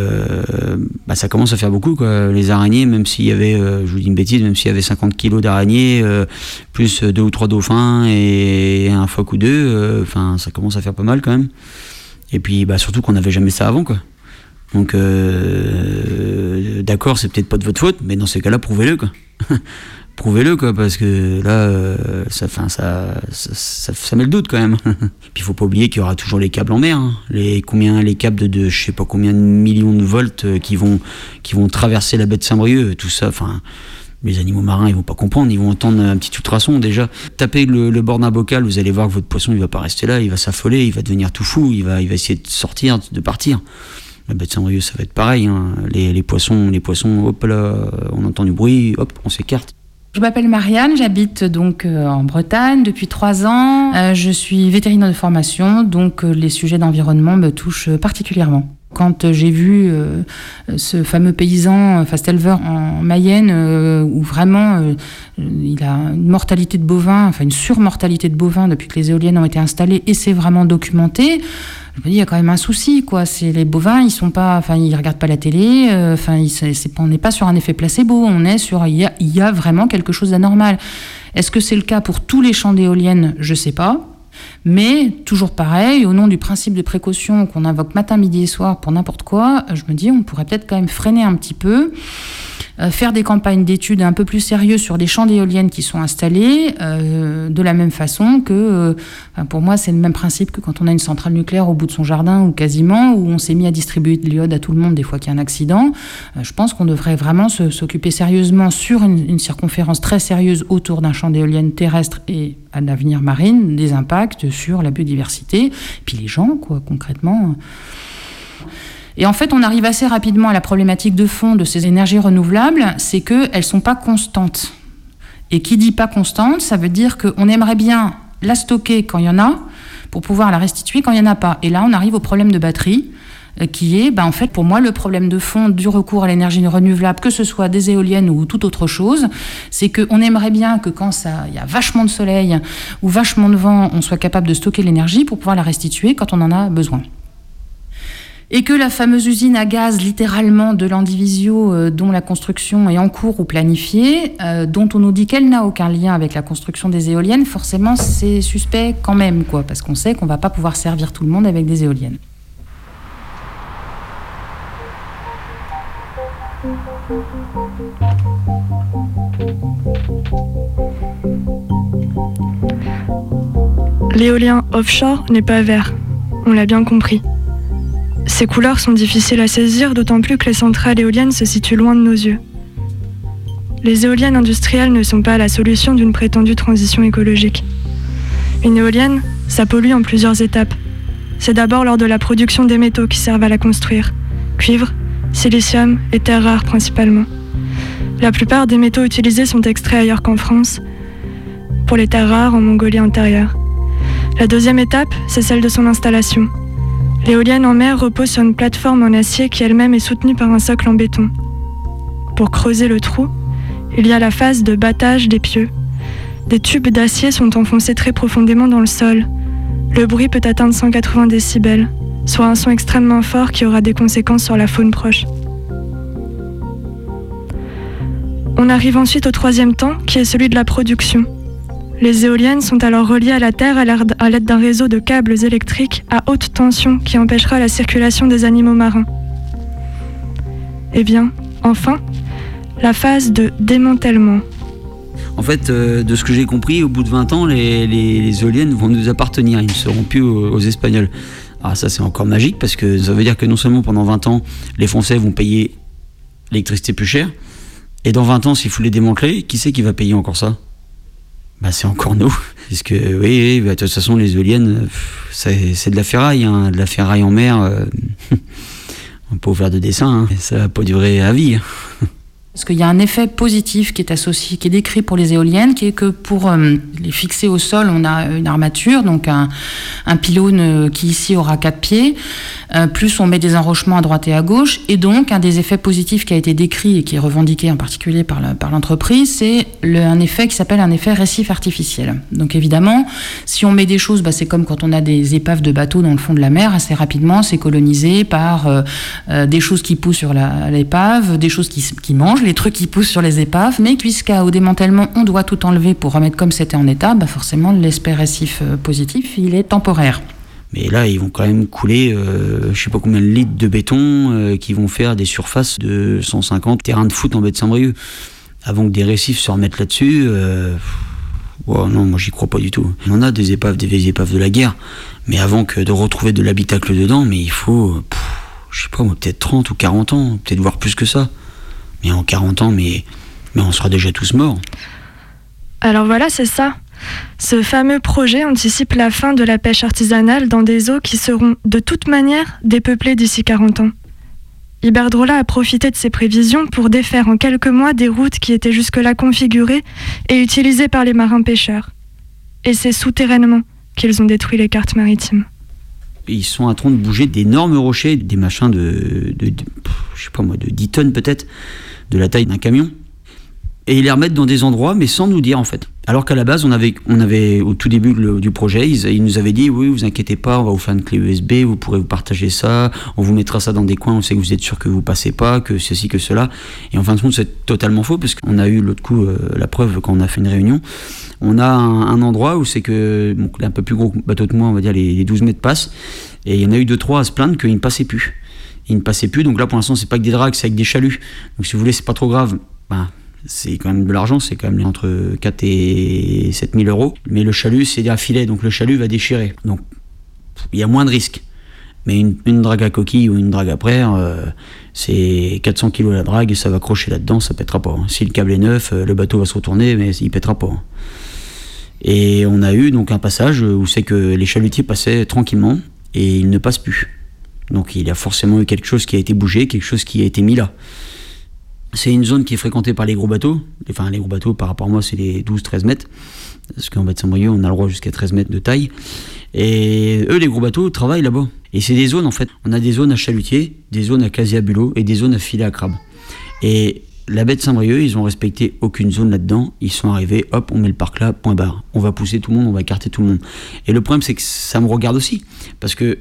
ça commence à faire beaucoup quoi. Les araignées, même s'il y avait, je vous dis une bêtise, même s'il y avait 50 kilos d'araignées, plus 2 ou 3 dauphins et un phoque ou deux, ça commence à faire pas mal quand même. Et puis surtout qu'on n'avait jamais ça avant quoi. Donc d'accord, c'est peut-être pas de votre faute, mais dans ces cas-là, prouvez-le quoi. Prouvez-le quoi, parce que là, ça met le doute quand même. Puis il faut pas oublier qu'il y aura toujours les câbles en mer, hein. Les câbles de je sais pas combien de millions de volts qui vont traverser la baie de Saint-Brieuc, tout ça. Les animaux marins, ils vont pas comprendre, ils vont entendre un petit ultrason déjà. Tapez le bord d'un bocal, vous allez voir que votre poisson, il va pas rester là, il va s'affoler, il va devenir tout fou, il va essayer de sortir, de partir. La baie de Saint-Brieuc, ça va être pareil, hein. Les poissons, hop là, on entend du bruit, hop, on s'écarte. Je m'appelle Marianne, j'habite donc en Bretagne depuis 3 ans. Je suis vétérinaire de formation, donc les sujets d'environnement me touchent particulièrement. Quand j'ai vu ce fameux paysan, fast éleveur en Mayenne, où vraiment il a une mortalité de bovins, enfin une surmortalité de bovins depuis que les éoliennes ont été installées, et c'est vraiment documenté. Je me dis, il y a quand même un souci, quoi. C'est les bovins, ils regardent pas la télé. On n'est pas sur un effet placebo. On est sur, il y a vraiment quelque chose d'anormal. Est-ce que c'est le cas pour tous les champs d'éoliennes ? Je sais pas. Mais toujours pareil, au nom du principe de précaution qu'on invoque matin, midi et soir pour n'importe quoi, je me dis, on pourrait peut-être quand même freiner un petit peu. Faire des campagnes d'études un peu plus sérieuses sur des champs d'éoliennes qui sont installés, de la même façon que, pour moi, c'est le même principe que quand on a une centrale nucléaire au bout de son jardin, ou quasiment, où on s'est mis à distribuer de l'iode à tout le monde des fois qu'il y a un accident. Je pense qu'on devrait vraiment s'occuper sérieusement sur une circonférence très sérieuse autour d'un champ d'éoliennes terrestre et à l'avenir marine, des impacts sur la biodiversité, puis les gens, quoi, concrètement. Et en fait, on arrive assez rapidement à la problématique de fond de ces énergies renouvelables, c'est qu'elles ne sont pas constantes. Et qui dit pas constante, ça veut dire qu'on aimerait bien la stocker quand il y en a, pour pouvoir la restituer quand il n'y en a pas. Et là, on arrive au problème de batterie, qui est, en fait, pour moi, le problème de fond du recours à l'énergie renouvelable, que ce soit des éoliennes ou toute autre chose, c'est qu'on aimerait bien que quand il y a vachement de soleil ou vachement de vent, on soit capable de stocker l'énergie pour pouvoir la restituer quand on en a besoin. Et que la fameuse usine à gaz, littéralement, de l'Andivisio, dont la construction est en cours ou planifiée, dont on nous dit qu'elle n'a aucun lien avec la construction des éoliennes, forcément, c'est suspect quand même, quoi, parce qu'on sait qu'on ne va pas pouvoir servir tout le monde avec des éoliennes. L'éolien offshore n'est pas vert, on l'a bien compris. Ces couleurs sont difficiles à saisir, d'autant plus que les centrales éoliennes se situent loin de nos yeux. Les éoliennes industrielles ne sont pas la solution d'une prétendue transition écologique. Une éolienne, ça pollue en plusieurs étapes. C'est d'abord lors de la production des métaux qui servent à la construire. Cuivre, silicium et terres rares principalement. La plupart des métaux utilisés sont extraits ailleurs qu'en France, pour les terres rares en Mongolie intérieure. La deuxième étape, c'est celle de son installation. L'éolienne en mer repose sur une plateforme en acier qui elle-même est soutenue par un socle en béton. Pour creuser le trou, il y a la phase de battage des pieux. Des tubes d'acier sont enfoncés très profondément dans le sol. Le bruit peut atteindre 180 décibels, soit un son extrêmement fort qui aura des conséquences sur la faune proche. On arrive ensuite au troisième temps, qui est celui de la production. Les éoliennes sont alors reliées à la terre à l'aide d'un réseau de câbles électriques à haute tension qui empêchera la circulation des animaux marins. Et bien, enfin, la phase de démantèlement. En fait, de ce que j'ai compris, au bout de 20 ans, les éoliennes vont nous appartenir, ils ne seront plus aux Espagnols. Ah, ça c'est encore magique parce que ça veut dire que non seulement pendant 20 ans, les Français vont payer l'électricité plus cher, et dans 20 ans, s'il faut les démanteler, qui c'est qui va payer encore ça ? C'est encore nous. Parce que, oui, de toute façon, les éoliennes, c'est de la ferraille, de la ferraille en mer. On peut faire de dessin, ça va pas durer à vie. Parce qu'il y a un effet positif qui est associé, qui est décrit pour les éoliennes, qui est que pour les fixer au sol, on a une armature, donc un pylône qui ici aura 4 pieds, plus on met des enrochements à droite et à gauche, et donc un des effets positifs qui a été décrit et qui est revendiqué en particulier par l'entreprise, c'est un effet qui s'appelle un effet récif artificiel. Donc évidemment, si on met des choses, c'est comme quand on a des épaves de bateaux dans le fond de la mer, assez rapidement c'est colonisé par des choses qui poussent sur l'épave, des choses qui mangent les trucs qui poussent sur les épaves, mais puisqu'au démantèlement on doit tout enlever pour remettre comme c'était en état, forcément l'aspect récif positif il est temporaire. Mais là ils vont quand même couler je sais pas combien de litres de béton qui vont faire des surfaces de 150 terrains de foot en baie de Saint-Brieuc avant que des récifs se remettent là-dessus. Non, moi j'y crois pas du tout. On a des épaves, des vieilles épaves de la guerre, mais avant que de retrouver de l'habitacle dedans, mais il faut je sais pas moi, peut-être 30 ou 40 ans, peut-être voir plus que ça. Mais en 40 ans, mais on sera déjà tous morts. Alors voilà, c'est ça. Ce fameux projet anticipe la fin de la pêche artisanale dans des eaux qui seront de toute manière dépeuplées d'ici 40 ans. Iberdrola a profité de ces prévisions pour défaire en quelques mois des routes qui étaient jusque-là configurées et utilisées par les marins-pêcheurs. Et c'est souterrainement qu'ils ont détruit les cartes maritimes. Ils sont en train de bouger d'énormes rochers, des machins de 10 tonnes peut-être, de la taille d'un camion. Et ils les remettent dans des endroits, mais sans nous dire en fait. Alors qu'à la base, on avait au tout début du projet, ils nous avaient dit, oui, vous inquiétez pas, on va vous faire une clé USB, vous pourrez vous partager ça, on vous mettra ça dans des coins, on sait que vous êtes sûr que vous passez pas, que ceci, que cela. Et en fin de compte, c'est totalement faux, parce qu'on a eu l'autre coup la preuve quand on a fait une réunion. On a un endroit où c'est que, bon, un peu plus gros bateau que moi, on va dire les 12 mètres passent, et il y en a eu 2-3 à se plaindre qu'ils ne passaient plus. Ils ne passaient plus, donc là pour l'instant c'est pas que des dragues, c'est avec des chaluts. Donc si vous voulez, c'est pas trop grave. C'est quand même de l'argent, c'est quand même entre 4 et 7 000 euros. Mais le chalut, c'est un filet, donc le chalut va déchirer. Donc il y a moins de risques. Mais une drague à coquille ou une drague à prère, c'est 400 kilos la drague, et ça va crocher là-dedans, ça pètera pas. Si le câble est neuf, le bateau va se retourner, mais il pètera pas. Et on a eu donc un passage où c'est que les chalutiers passaient tranquillement, et ils ne passent plus. Donc il y a forcément eu quelque chose qui a été bougé, quelque chose qui a été mis là. C'est une zone qui est fréquentée par les gros bateaux. Enfin, les gros bateaux, par rapport à moi, c'est les 12-13 mètres. Parce qu'en bas de Saint-Brieuc, on a le droit jusqu'à 13 mètres de taille. Et eux, les gros bateaux, travaillent là-bas. Et c'est des zones, en fait. On a des zones à chalutier, des zones à casier à bulot et des zones à filet à crabe. Et la baie de Saint-Brieuc, ils ont respecté aucune zone là-dedans. Ils sont arrivés, hop, on met le parc là, point barre. On va pousser tout le monde, on va écarter tout le monde. Et le problème, c'est que ça me regarde aussi. Parce que,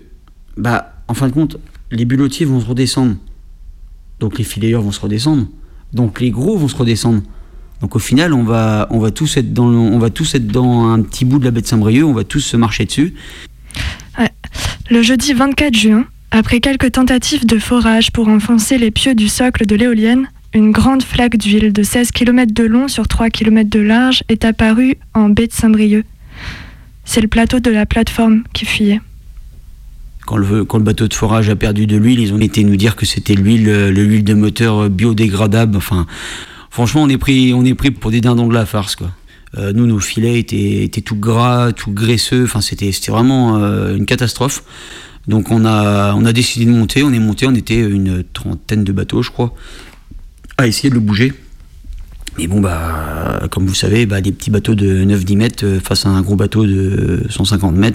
en fin de compte, les bulotiers vont se redescendre. Donc les filayeurs vont se redescendre. Donc les gros vont se redescendre. Donc au final, on va tous être dans un petit bout de la baie de Saint-Brieuc, on va tous se marcher dessus. Ouais. Le jeudi 24 juin, après quelques tentatives de forage pour enfoncer les pieux du socle de l'éolienne, une grande flaque d'huile de 16 km de long sur 3 km de large est apparue en baie de Saint-Brieuc. C'est le plateau de la plateforme qui fuyait. Quand le bateau de forage a perdu de l'huile, ils ont été nous dire que c'était l'huile de moteur biodégradable. Enfin, franchement, on est pris pour des dindons de la farce, quoi. Nous, nos filets étaient tout gras, tout graisseux. Enfin, c'était vraiment une catastrophe. Donc, on a décidé de monter. On était une 30aine de bateaux, je crois, à essayer de le bouger. Mais bon, comme vous savez, des petits bateaux de 9-10 mètres face à un gros bateau de 150 mètres,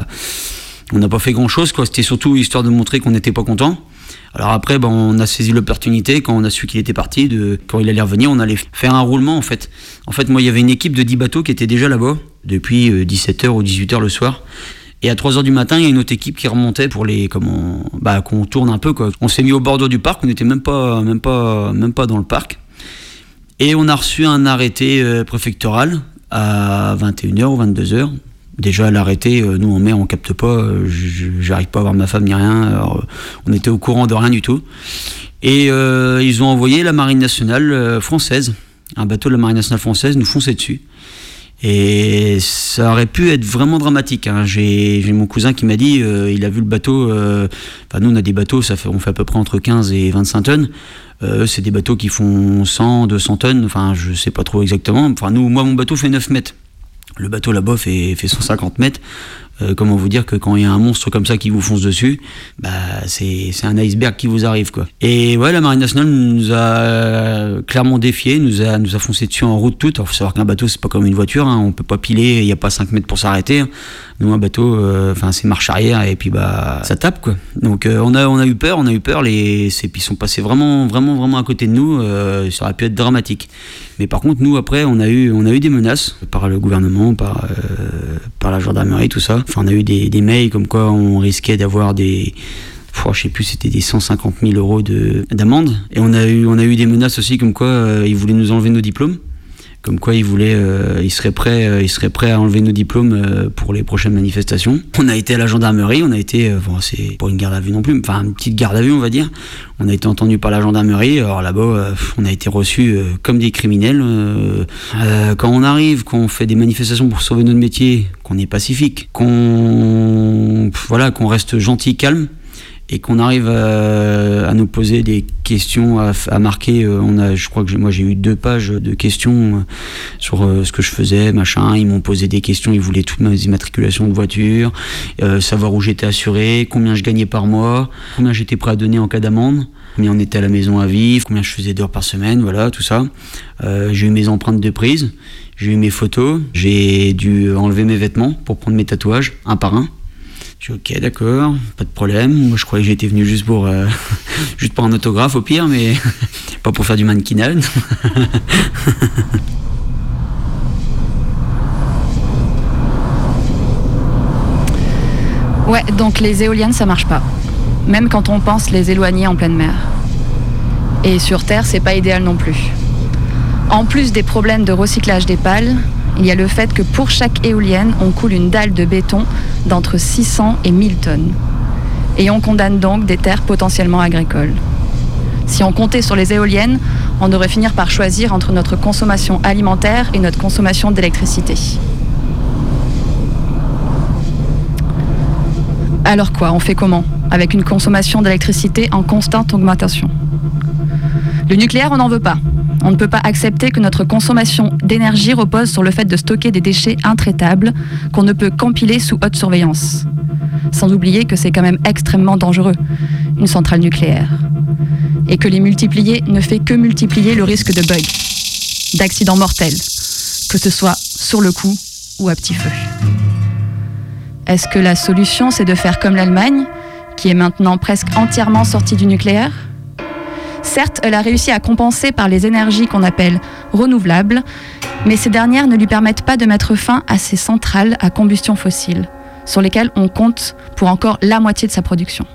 on n'a pas fait grand chose, quoi. C'était surtout histoire de montrer qu'on n'était pas content. Alors après, on a saisi l'opportunité quand on a su qu'il était parti, quand il allait revenir, on allait faire un roulement en fait. En fait, moi, il y avait une équipe de 10 bateaux qui était déjà là-bas depuis 17h ou 18h le soir. Et à 3h du matin, il y a une autre équipe qui remontait pour qu'on tourne un peu, quoi. On s'est mis au bord du parc, on n'était même pas dans le parc. Et on a reçu un arrêté préfectoral à 21h ou 22h. Déjà à l'arrêté, nous en mer on capte pas, j'arrive pas à voir ma femme ni rien, alors, on était au courant de rien du tout. Et ils ont envoyé la marine nationale française, un bateau de la marine nationale française nous foncer dessus. Et ça aurait pu être vraiment dramatique, hein. J'ai mon cousin qui m'a dit, il a vu le bateau, nous on a des bateaux, on fait à peu près entre 15 et 25 tonnes. C'est des bateaux qui font 100, 200 tonnes, enfin je sais pas trop exactement. Moi mon bateau fait 9 mètres. Le bateau là-bas fait 150 mètres. Comment vous dire que quand il y a un monstre comme ça qui vous fonce dessus, c'est un iceberg qui vous arrive, quoi. Et ouais, la marine nationale nous a clairement défié, nous a foncé dessus en route toute. Alors, faut savoir qu'un bateau c'est pas comme une voiture, hein. On peut pas piler, il y a pas 5 mètres pour s'arrêter. Nous un bateau, c'est marche arrière et puis ça tape, quoi. Donc on a eu peur, puis ils sont passés vraiment à côté de nous. Ça aurait pu être dramatique. Mais par contre, nous après, on a eu des menaces par le gouvernement, par la gendarmerie, tout ça. Enfin, on a eu des mails comme quoi on risquait d'avoir je sais plus, c'était des 150 000 euros d'amende. Et on a eu des menaces aussi comme quoi ils voulaient nous enlever nos diplômes. Comme quoi ils seraient prêts à enlever nos diplômes pour les prochaines manifestations. On a été à la gendarmerie, c'est pas une garde à vue non plus, enfin une petite garde à vue on va dire. On a été entendu par la gendarmerie, alors là-bas on a été reçus comme des criminels. Quand on arrive, quand on fait des manifestations pour sauver notre métier, qu'on est pacifique, qu'on reste gentil, calme, et qu'on arrive à nous poser des questions, à marquer, je crois que moi j'ai eu 2 pages de questions sur ce que je faisais, machin. Ils m'ont posé des questions, ils voulaient toutes mes immatriculations de voiture, savoir où j'étais assuré, combien je gagnais par mois, combien j'étais prêt à donner en cas d'amende, combien on était à la maison à vivre, combien je faisais d'heures par semaine, voilà, tout ça. J'ai eu mes empreintes de prise, j'ai eu mes photos, j'ai dû enlever mes vêtements pour prendre mes tatouages, un par un. Je suis ok, d'accord, pas de problème. Moi, je croyais que j'étais venu juste pour un autographe au pire, mais pas pour faire du mannequinat. Ouais, donc les éoliennes, ça marche pas. Même quand on pense les éloigner en pleine mer. Et sur Terre, c'est pas idéal non plus. En plus des problèmes de recyclage des pales, il y a le fait que pour chaque éolienne, on coule une dalle de béton d'entre 600 et 1000 tonnes. Et on condamne donc des terres potentiellement agricoles. Si on comptait sur les éoliennes, on devrait finir par choisir entre notre consommation alimentaire et notre consommation d'électricité. Alors quoi, on fait comment, avec une consommation d'électricité en constante augmentation? Le nucléaire, on n'en veut pas. On ne peut pas accepter que notre consommation d'énergie repose sur le fait de stocker des déchets intraitables qu'on ne peut qu'empiler sous haute surveillance. Sans oublier que c'est quand même extrêmement dangereux, une centrale nucléaire. Et que les multiplier ne fait que multiplier le risque de bugs, d'accidents mortels, que ce soit sur le coup ou à petit feu. Est-ce que la solution, c'est de faire comme l'Allemagne, qui est maintenant presque entièrement sortie du nucléaire ? Certes, elle a réussi à compenser par les énergies qu'on appelle renouvelables, mais ces dernières ne lui permettent pas de mettre fin à ces centrales à combustion fossile, sur lesquelles on compte pour encore la moitié de sa production.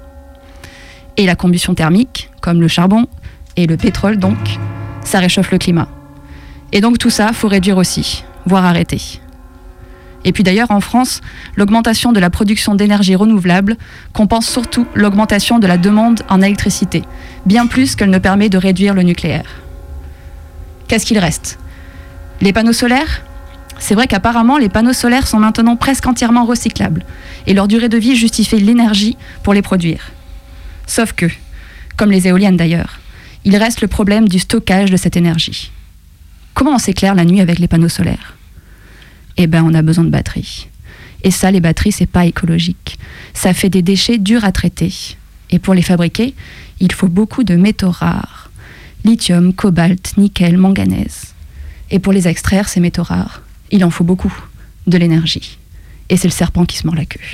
Et la combustion thermique, comme le charbon et le pétrole donc, ça réchauffe le climat. Et donc tout ça, faut réduire aussi, voire arrêter. Et puis d'ailleurs, en France, l'augmentation de la production d'énergie renouvelable compense surtout l'augmentation de la demande en électricité, bien plus qu'elle ne permet de réduire le nucléaire. Qu'est-ce qu'il reste ? Les panneaux solaires ? C'est vrai qu'apparemment, les panneaux solaires sont maintenant presque entièrement recyclables, et leur durée de vie justifie l'énergie pour les produire. Sauf que, comme les éoliennes d'ailleurs, il reste le problème du stockage de cette énergie. Comment on s'éclaire la nuit avec les panneaux solaires ? Eh ben, on a besoin de batteries. Et ça, les batteries, c'est pas écologique. Ça fait des déchets durs à traiter. Et pour les fabriquer, il faut beaucoup de métaux rares. Lithium, cobalt, nickel, manganèse. Et pour les extraire, ces métaux rares, il en faut beaucoup. De l'énergie. Et c'est le serpent qui se mord la queue.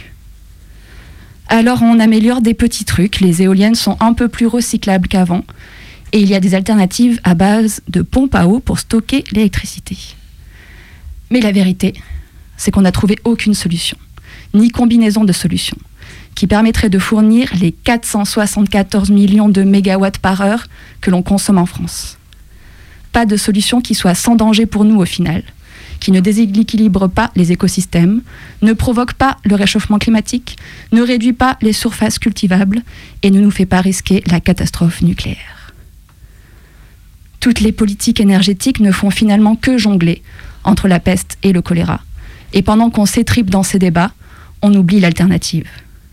Alors on améliore des petits trucs. Les éoliennes sont un peu plus recyclables qu'avant. Et il y a des alternatives à base de pompes à eau pour stocker l'électricité. Mais la vérité, c'est qu'on n'a trouvé aucune solution, ni combinaison de solutions, qui permettrait de fournir les 474 millions de mégawatts par heure que l'on consomme en France. Pas de solution qui soit sans danger pour nous au final, qui ne déséquilibre pas les écosystèmes, ne provoque pas le réchauffement climatique, ne réduit pas les surfaces cultivables et ne nous fait pas risquer la catastrophe nucléaire. Toutes les politiques énergétiques ne font finalement que jongler entre la peste et le choléra. Et pendant qu'on s'étripe dans ces débats, on oublie l'alternative.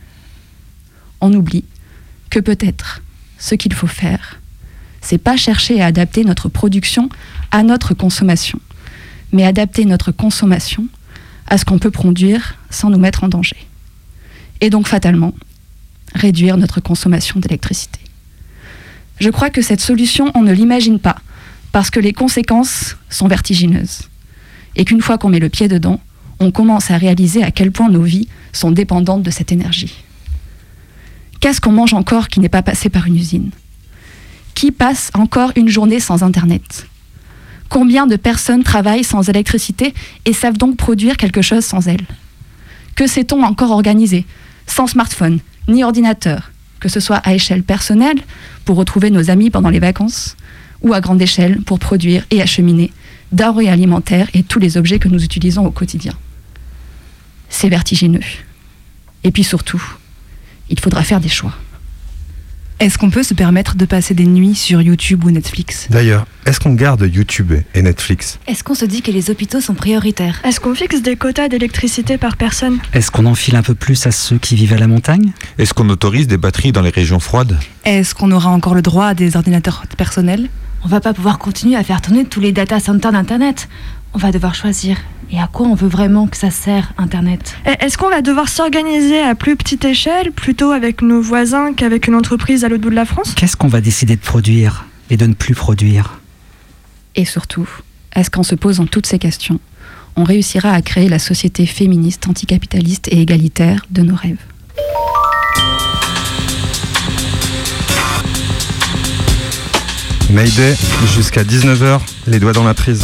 On oublie que peut-être ce qu'il faut faire, c'est pas chercher à adapter notre production à notre consommation, mais adapter notre consommation à ce qu'on peut produire sans nous mettre en danger. Et donc fatalement, réduire notre consommation d'électricité. Je crois que cette solution, on ne l'imagine pas, parce que les conséquences sont vertigineuses. Et qu'une fois qu'on met le pied dedans, on commence à réaliser à quel point nos vies sont dépendantes de cette énergie. Qu'est-ce qu'on mange encore qui n'est pas passé par une usine ? Qui passe encore une journée sans Internet ? Combien de personnes travaillent sans électricité et savent donc produire quelque chose sans elle ? Que sait-on encore organiser, sans smartphone, ni ordinateur, que ce soit à échelle personnelle, pour retrouver nos amis pendant les vacances, ou à grande échelle, pour produire et acheminer denrées alimentaires et tous les objets que nous utilisons au quotidien. C'est vertigineux. Et puis surtout, il faudra faire des choix. Est-ce qu'on peut se permettre de passer des nuits sur YouTube ou Netflix? D'ailleurs, est-ce qu'on garde YouTube et Netflix? Est-ce qu'on se dit que les hôpitaux sont prioritaires? Est-ce qu'on fixe des quotas d'électricité par personne? Est-ce qu'on enfile un peu plus à ceux qui vivent à la montagne? Est-ce qu'on autorise des batteries dans les régions froides? Est-ce qu'on aura encore le droit à des ordinateurs personnels? On va pas pouvoir continuer à faire tourner tous les data centers d'Internet. On va devoir choisir. Et à quoi on veut vraiment que ça sert, Internet? Est-ce qu'on va devoir s'organiser à plus petite échelle, plutôt avec nos voisins qu'avec une entreprise à l'autre bout de la France? Qu'est-ce qu'on va décider de produire et de ne plus produire? Et surtout, est-ce qu'en se posant toutes ces questions, on réussira à créer la société féministe, anticapitaliste et égalitaire de nos rêves? Mayday, jusqu'à 19h, les doigts dans la prise.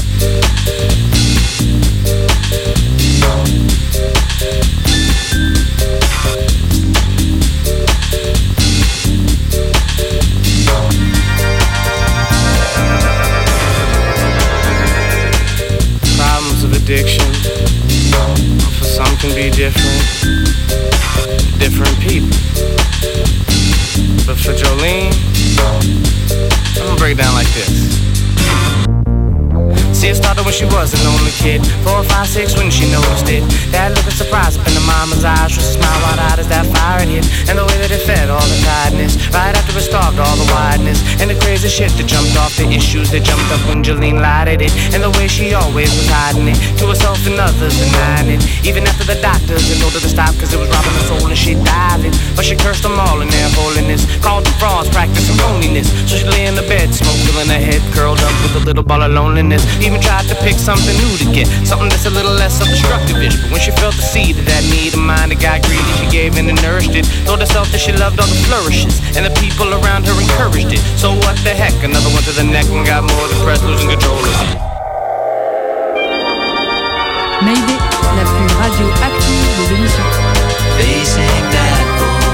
Problems of addiction, for some can be different people. But for Jolene, I'm gonna break it down like this. See, it started when she was an only kid, 4, 5, 6 when she noticed it. That look of surprise up in the mama's eyes, just a smile wide-eyed as that fire hit. And the way that it fed all the tiredness, right after it starved all the wideness. And the crazy shit that jumped off the issues that jumped up when Jolene lighted it. And the way she always was hiding it, to herself and others denying it. Even after the doctors had told her to stop, cause it was robbing her soul and she died it. But she cursed them all in their holiness, called them frauds, practicing phoniness. So she lay in the bed, smoke filling her head, curled up with a little ball of loneliness. Even tried to pick something new to get, something that's a little less obstructive-ish. But when she felt the seed of that need of mine that got greedy, she gave in and nourished it. Told herself that she loved all the flourishes, and the people around her encouraged it. So what the heck, another one to the neck and got more depressed, losing control of it. Mayday, la plus radioactive des émissions. Facing that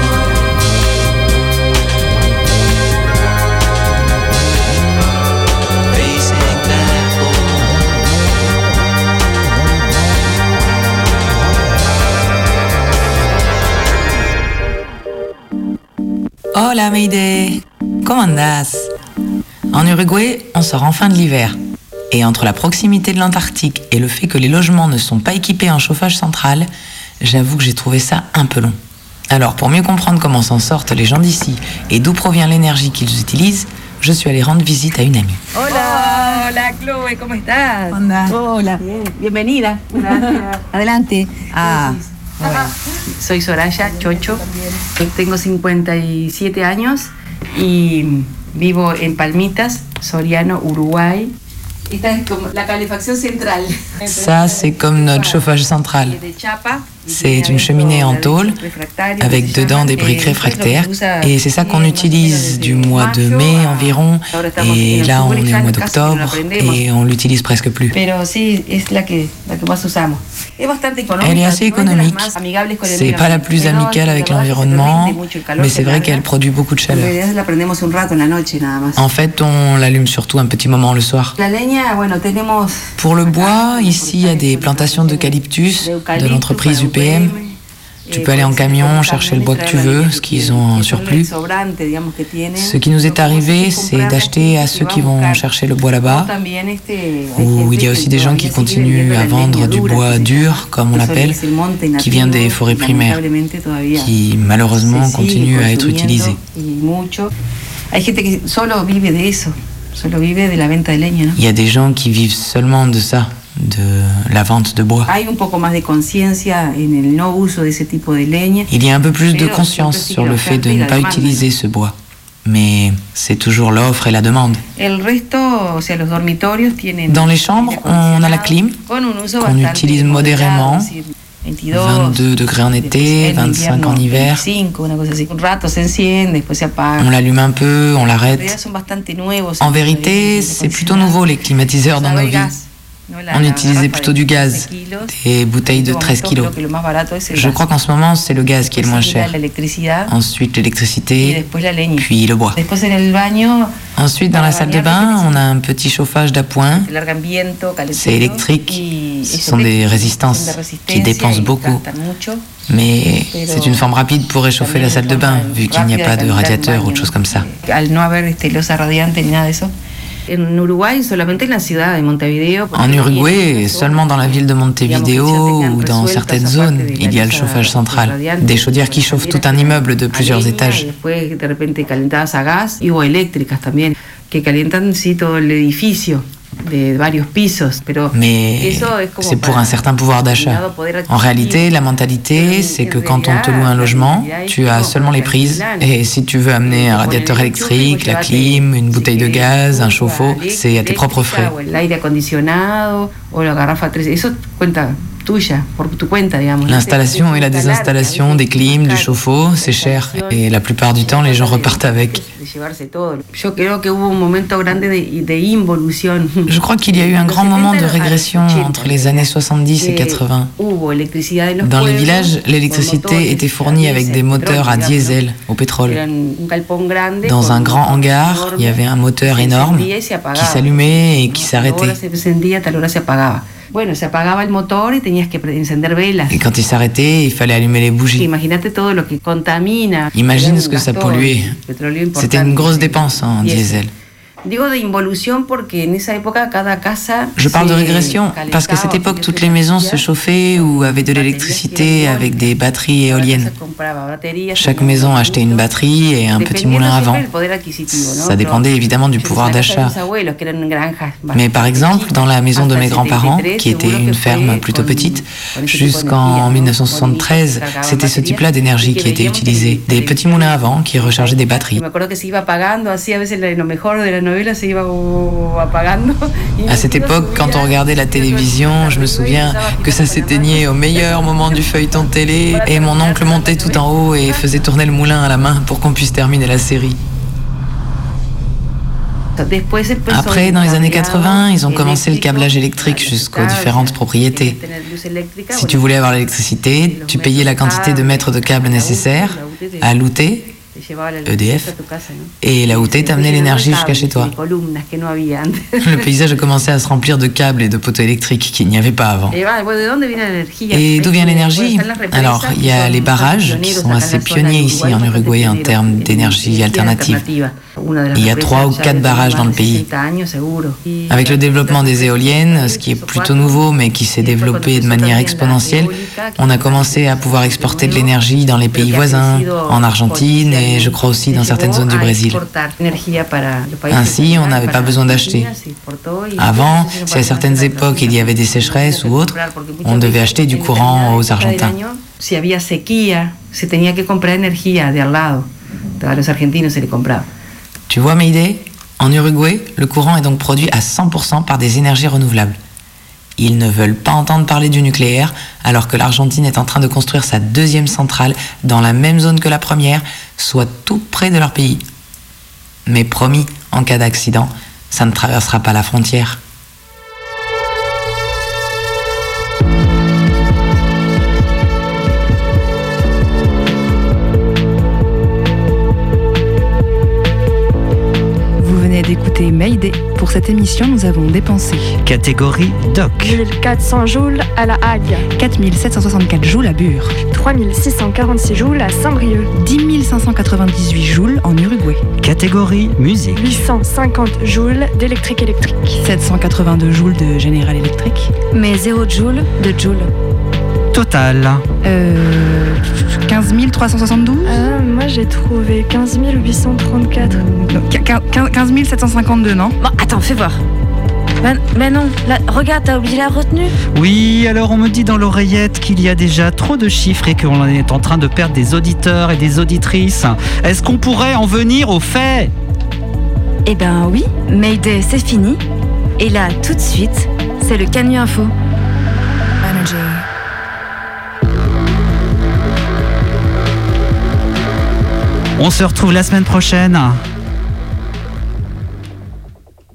Hola Mayday, ¿cómo andas? En Uruguay, on sort enfin de l'hiver. Et entre la proximité de l'Antarctique et le fait que les logements ne sont pas équipés en chauffage central, j'avoue que j'ai trouvé ça un peu long. Alors pour mieux comprendre comment s'en sortent les gens d'ici et d'où provient l'énergie qu'ils utilisent, je suis allée rendre visite à une amie. Hola, hola Chloe, ¿cómo estás? Hola. Bien, bienvenida. Adelante. Ah. Bueno, soy Soraya Chocho, tengo 57 años y vivo en Palmitas, Soriano, Uruguay. Esta es como la calefacción central. Ça, c'est comme notre chauffage central. C'est une cheminée en tôle avec dedans des briques réfractaires et c'est ça qu'on utilise du mois de mai environ et là on est au mois d'octobre et on l'utilise presque plus. Elle est assez économique, c'est pas la plus amicale avec l'environnement mais c'est vrai qu'elle produit beaucoup de chaleur. En fait on l'allume surtout un petit moment le soir. Pour le bois, ici il y a des plantations d'eucalyptus de l'entreprise UPM. Tu peux aller en camion, chercher le bois que tu veux, ce qu'ils ont en surplus. Ce qui nous est arrivé, c'est d'acheter à ceux qui vont chercher le bois là-bas. Ou il y a aussi des gens qui continuent à vendre du bois dur, comme on l'appelle, qui vient des forêts primaires, qui malheureusement continuent à être utilisés. Il y a des gens qui vivent seulement de ça, de la vente de bois. Il y a un peu plus de conscience sur le fait de ne pas utiliser ce bois. Mais c'est toujours l'offre et la demande. Dans les chambres, on a la clim, qu'on utilise modérément. 22 degrés en été, 25 en hiver. On l'allume un peu, on l'arrête. En vérité, c'est plutôt nouveau les climatiseurs dans nos vies. On utilisait plutôt du gaz, des bouteilles de 13 kilos. Je crois qu'en ce moment, c'est le gaz qui est le moins cher. Ensuite, l'électricité, puis le bois. Ensuite, dans la salle de bain, on a un petit chauffage d'appoint. C'est électrique. Ce sont des résistances qui dépensent beaucoup. Mais c'est une forme rapide pour réchauffer la salle de bain, vu qu'il n'y a pas de radiateur ou de choses comme ça. En Uruguay, seulement dans la ville de Montevideo ou dans certaines zones, il y a le chauffage central. Des chaudières qui chauffent tout un immeuble de plusieurs étages. Mais c'est pour un certain pouvoir d'achat. En réalité, la mentalité, c'est que quand on te loue un logement, tu as seulement les prises. Et si tu veux amener un radiateur électrique, la clim, une bouteille de gaz, un chauffe-eau, c'est à tes propres frais. L'installation et la désinstallation des clims, du chauffe-eau, c'est cher. Et la plupart du temps, les gens repartent avec. Je crois qu'il y a eu un grand moment de régression entre les années 70 et 80. Dans les villages, l'électricité était fournie avec des moteurs à diesel, au pétrole. Dans un grand hangar, il y avait un moteur énorme qui s'allumait et qui s'arrêtait. Et quand il s'arrêtait, il fallait allumer les bougies. Imagine ce que ça polluait. C'était une grosse dépense en diesel. Je parle de régression parce qu'à cette époque, toutes les maisons se chauffaient ou avaient de l'électricité avec des batteries éoliennes. Chaque maison achetait une batterie et un petit moulin à vent. Ça dépendait évidemment du pouvoir d'achat. Mais par exemple, dans la maison de mes grands-parents, qui était une ferme plutôt petite, jusqu'en 1973, c'était ce type-là d'énergie qui était utilisé. Des petits moulins à vent qui rechargeaient des batteries. À cette époque, quand on regardait la télévision, je me souviens que ça s'éteignait au meilleur moment du feuilleton de télé et mon oncle montait tout en haut et faisait tourner le moulin à la main pour qu'on puisse terminer la série. Après, dans les années 80, ils ont commencé le câblage électrique jusqu'aux différentes propriétés. Si tu voulais avoir l'électricité, tu payais la quantité de mètres de câbles nécessaires à l'UT, EDF, et la UT t'amenait l'énergie jusqu'à chez toi. Le paysage a commencé à se remplir de câbles et de poteaux électriques qu'il n'y avait pas avant. Et d'où vient l'énergie? Alors, il y a les barrages qui sont assez pionniers ici en Uruguay en termes d'énergie alternative. Il y a 3 ou 4 barrages dans le pays. Avec le développement des éoliennes, ce qui est plutôt nouveau mais qui s'est développé de manière exponentielle, on a commencé à pouvoir exporter de l'énergie dans les pays voisins, en Argentine et je crois aussi dans certaines zones du Brésil. Ainsi, on n'avait pas besoin d'acheter. Avant, si à certaines époques il y avait des sécheresses ou autres, on devait acheter du courant aux Argentins. Tu vois mes idées? En Uruguay, le courant est donc produit à 100% par des énergies renouvelables. Ils ne veulent pas entendre parler du nucléaire, alors que l'Argentine est en train de construire sa 2e centrale dans la même zone que la première, soit tout près de leur pays. Mais promis, en cas d'accident, ça ne traversera pas la frontière. D'écouter Mayday. Pour cette émission, nous avons dépensé catégorie DOC 1400 joules à La Hague, 4764 joules à Bure, 3646 joules à Saint-Brieuc, 10 598 joules en Uruguay. Catégorie musique 850 joules d'électrique électrique, 782 joules de General Electric, mais 0 joules de Joule. Total 15 372. Moi j'ai trouvé 15 834. 15 752, non? Bon, attends, fais voir. Ben non, là, regarde, t'as oublié la retenue? Oui, alors on me dit dans l'oreillette qu'il y a déjà trop de chiffres et qu'on est en train de perdre des auditeurs et des auditrices. Est-ce qu'on pourrait en venir aux faits? Eh ben oui, Mayday, c'est fini. Et là, tout de suite, c'est le Canu Info. Energy. On se retrouve la semaine prochaine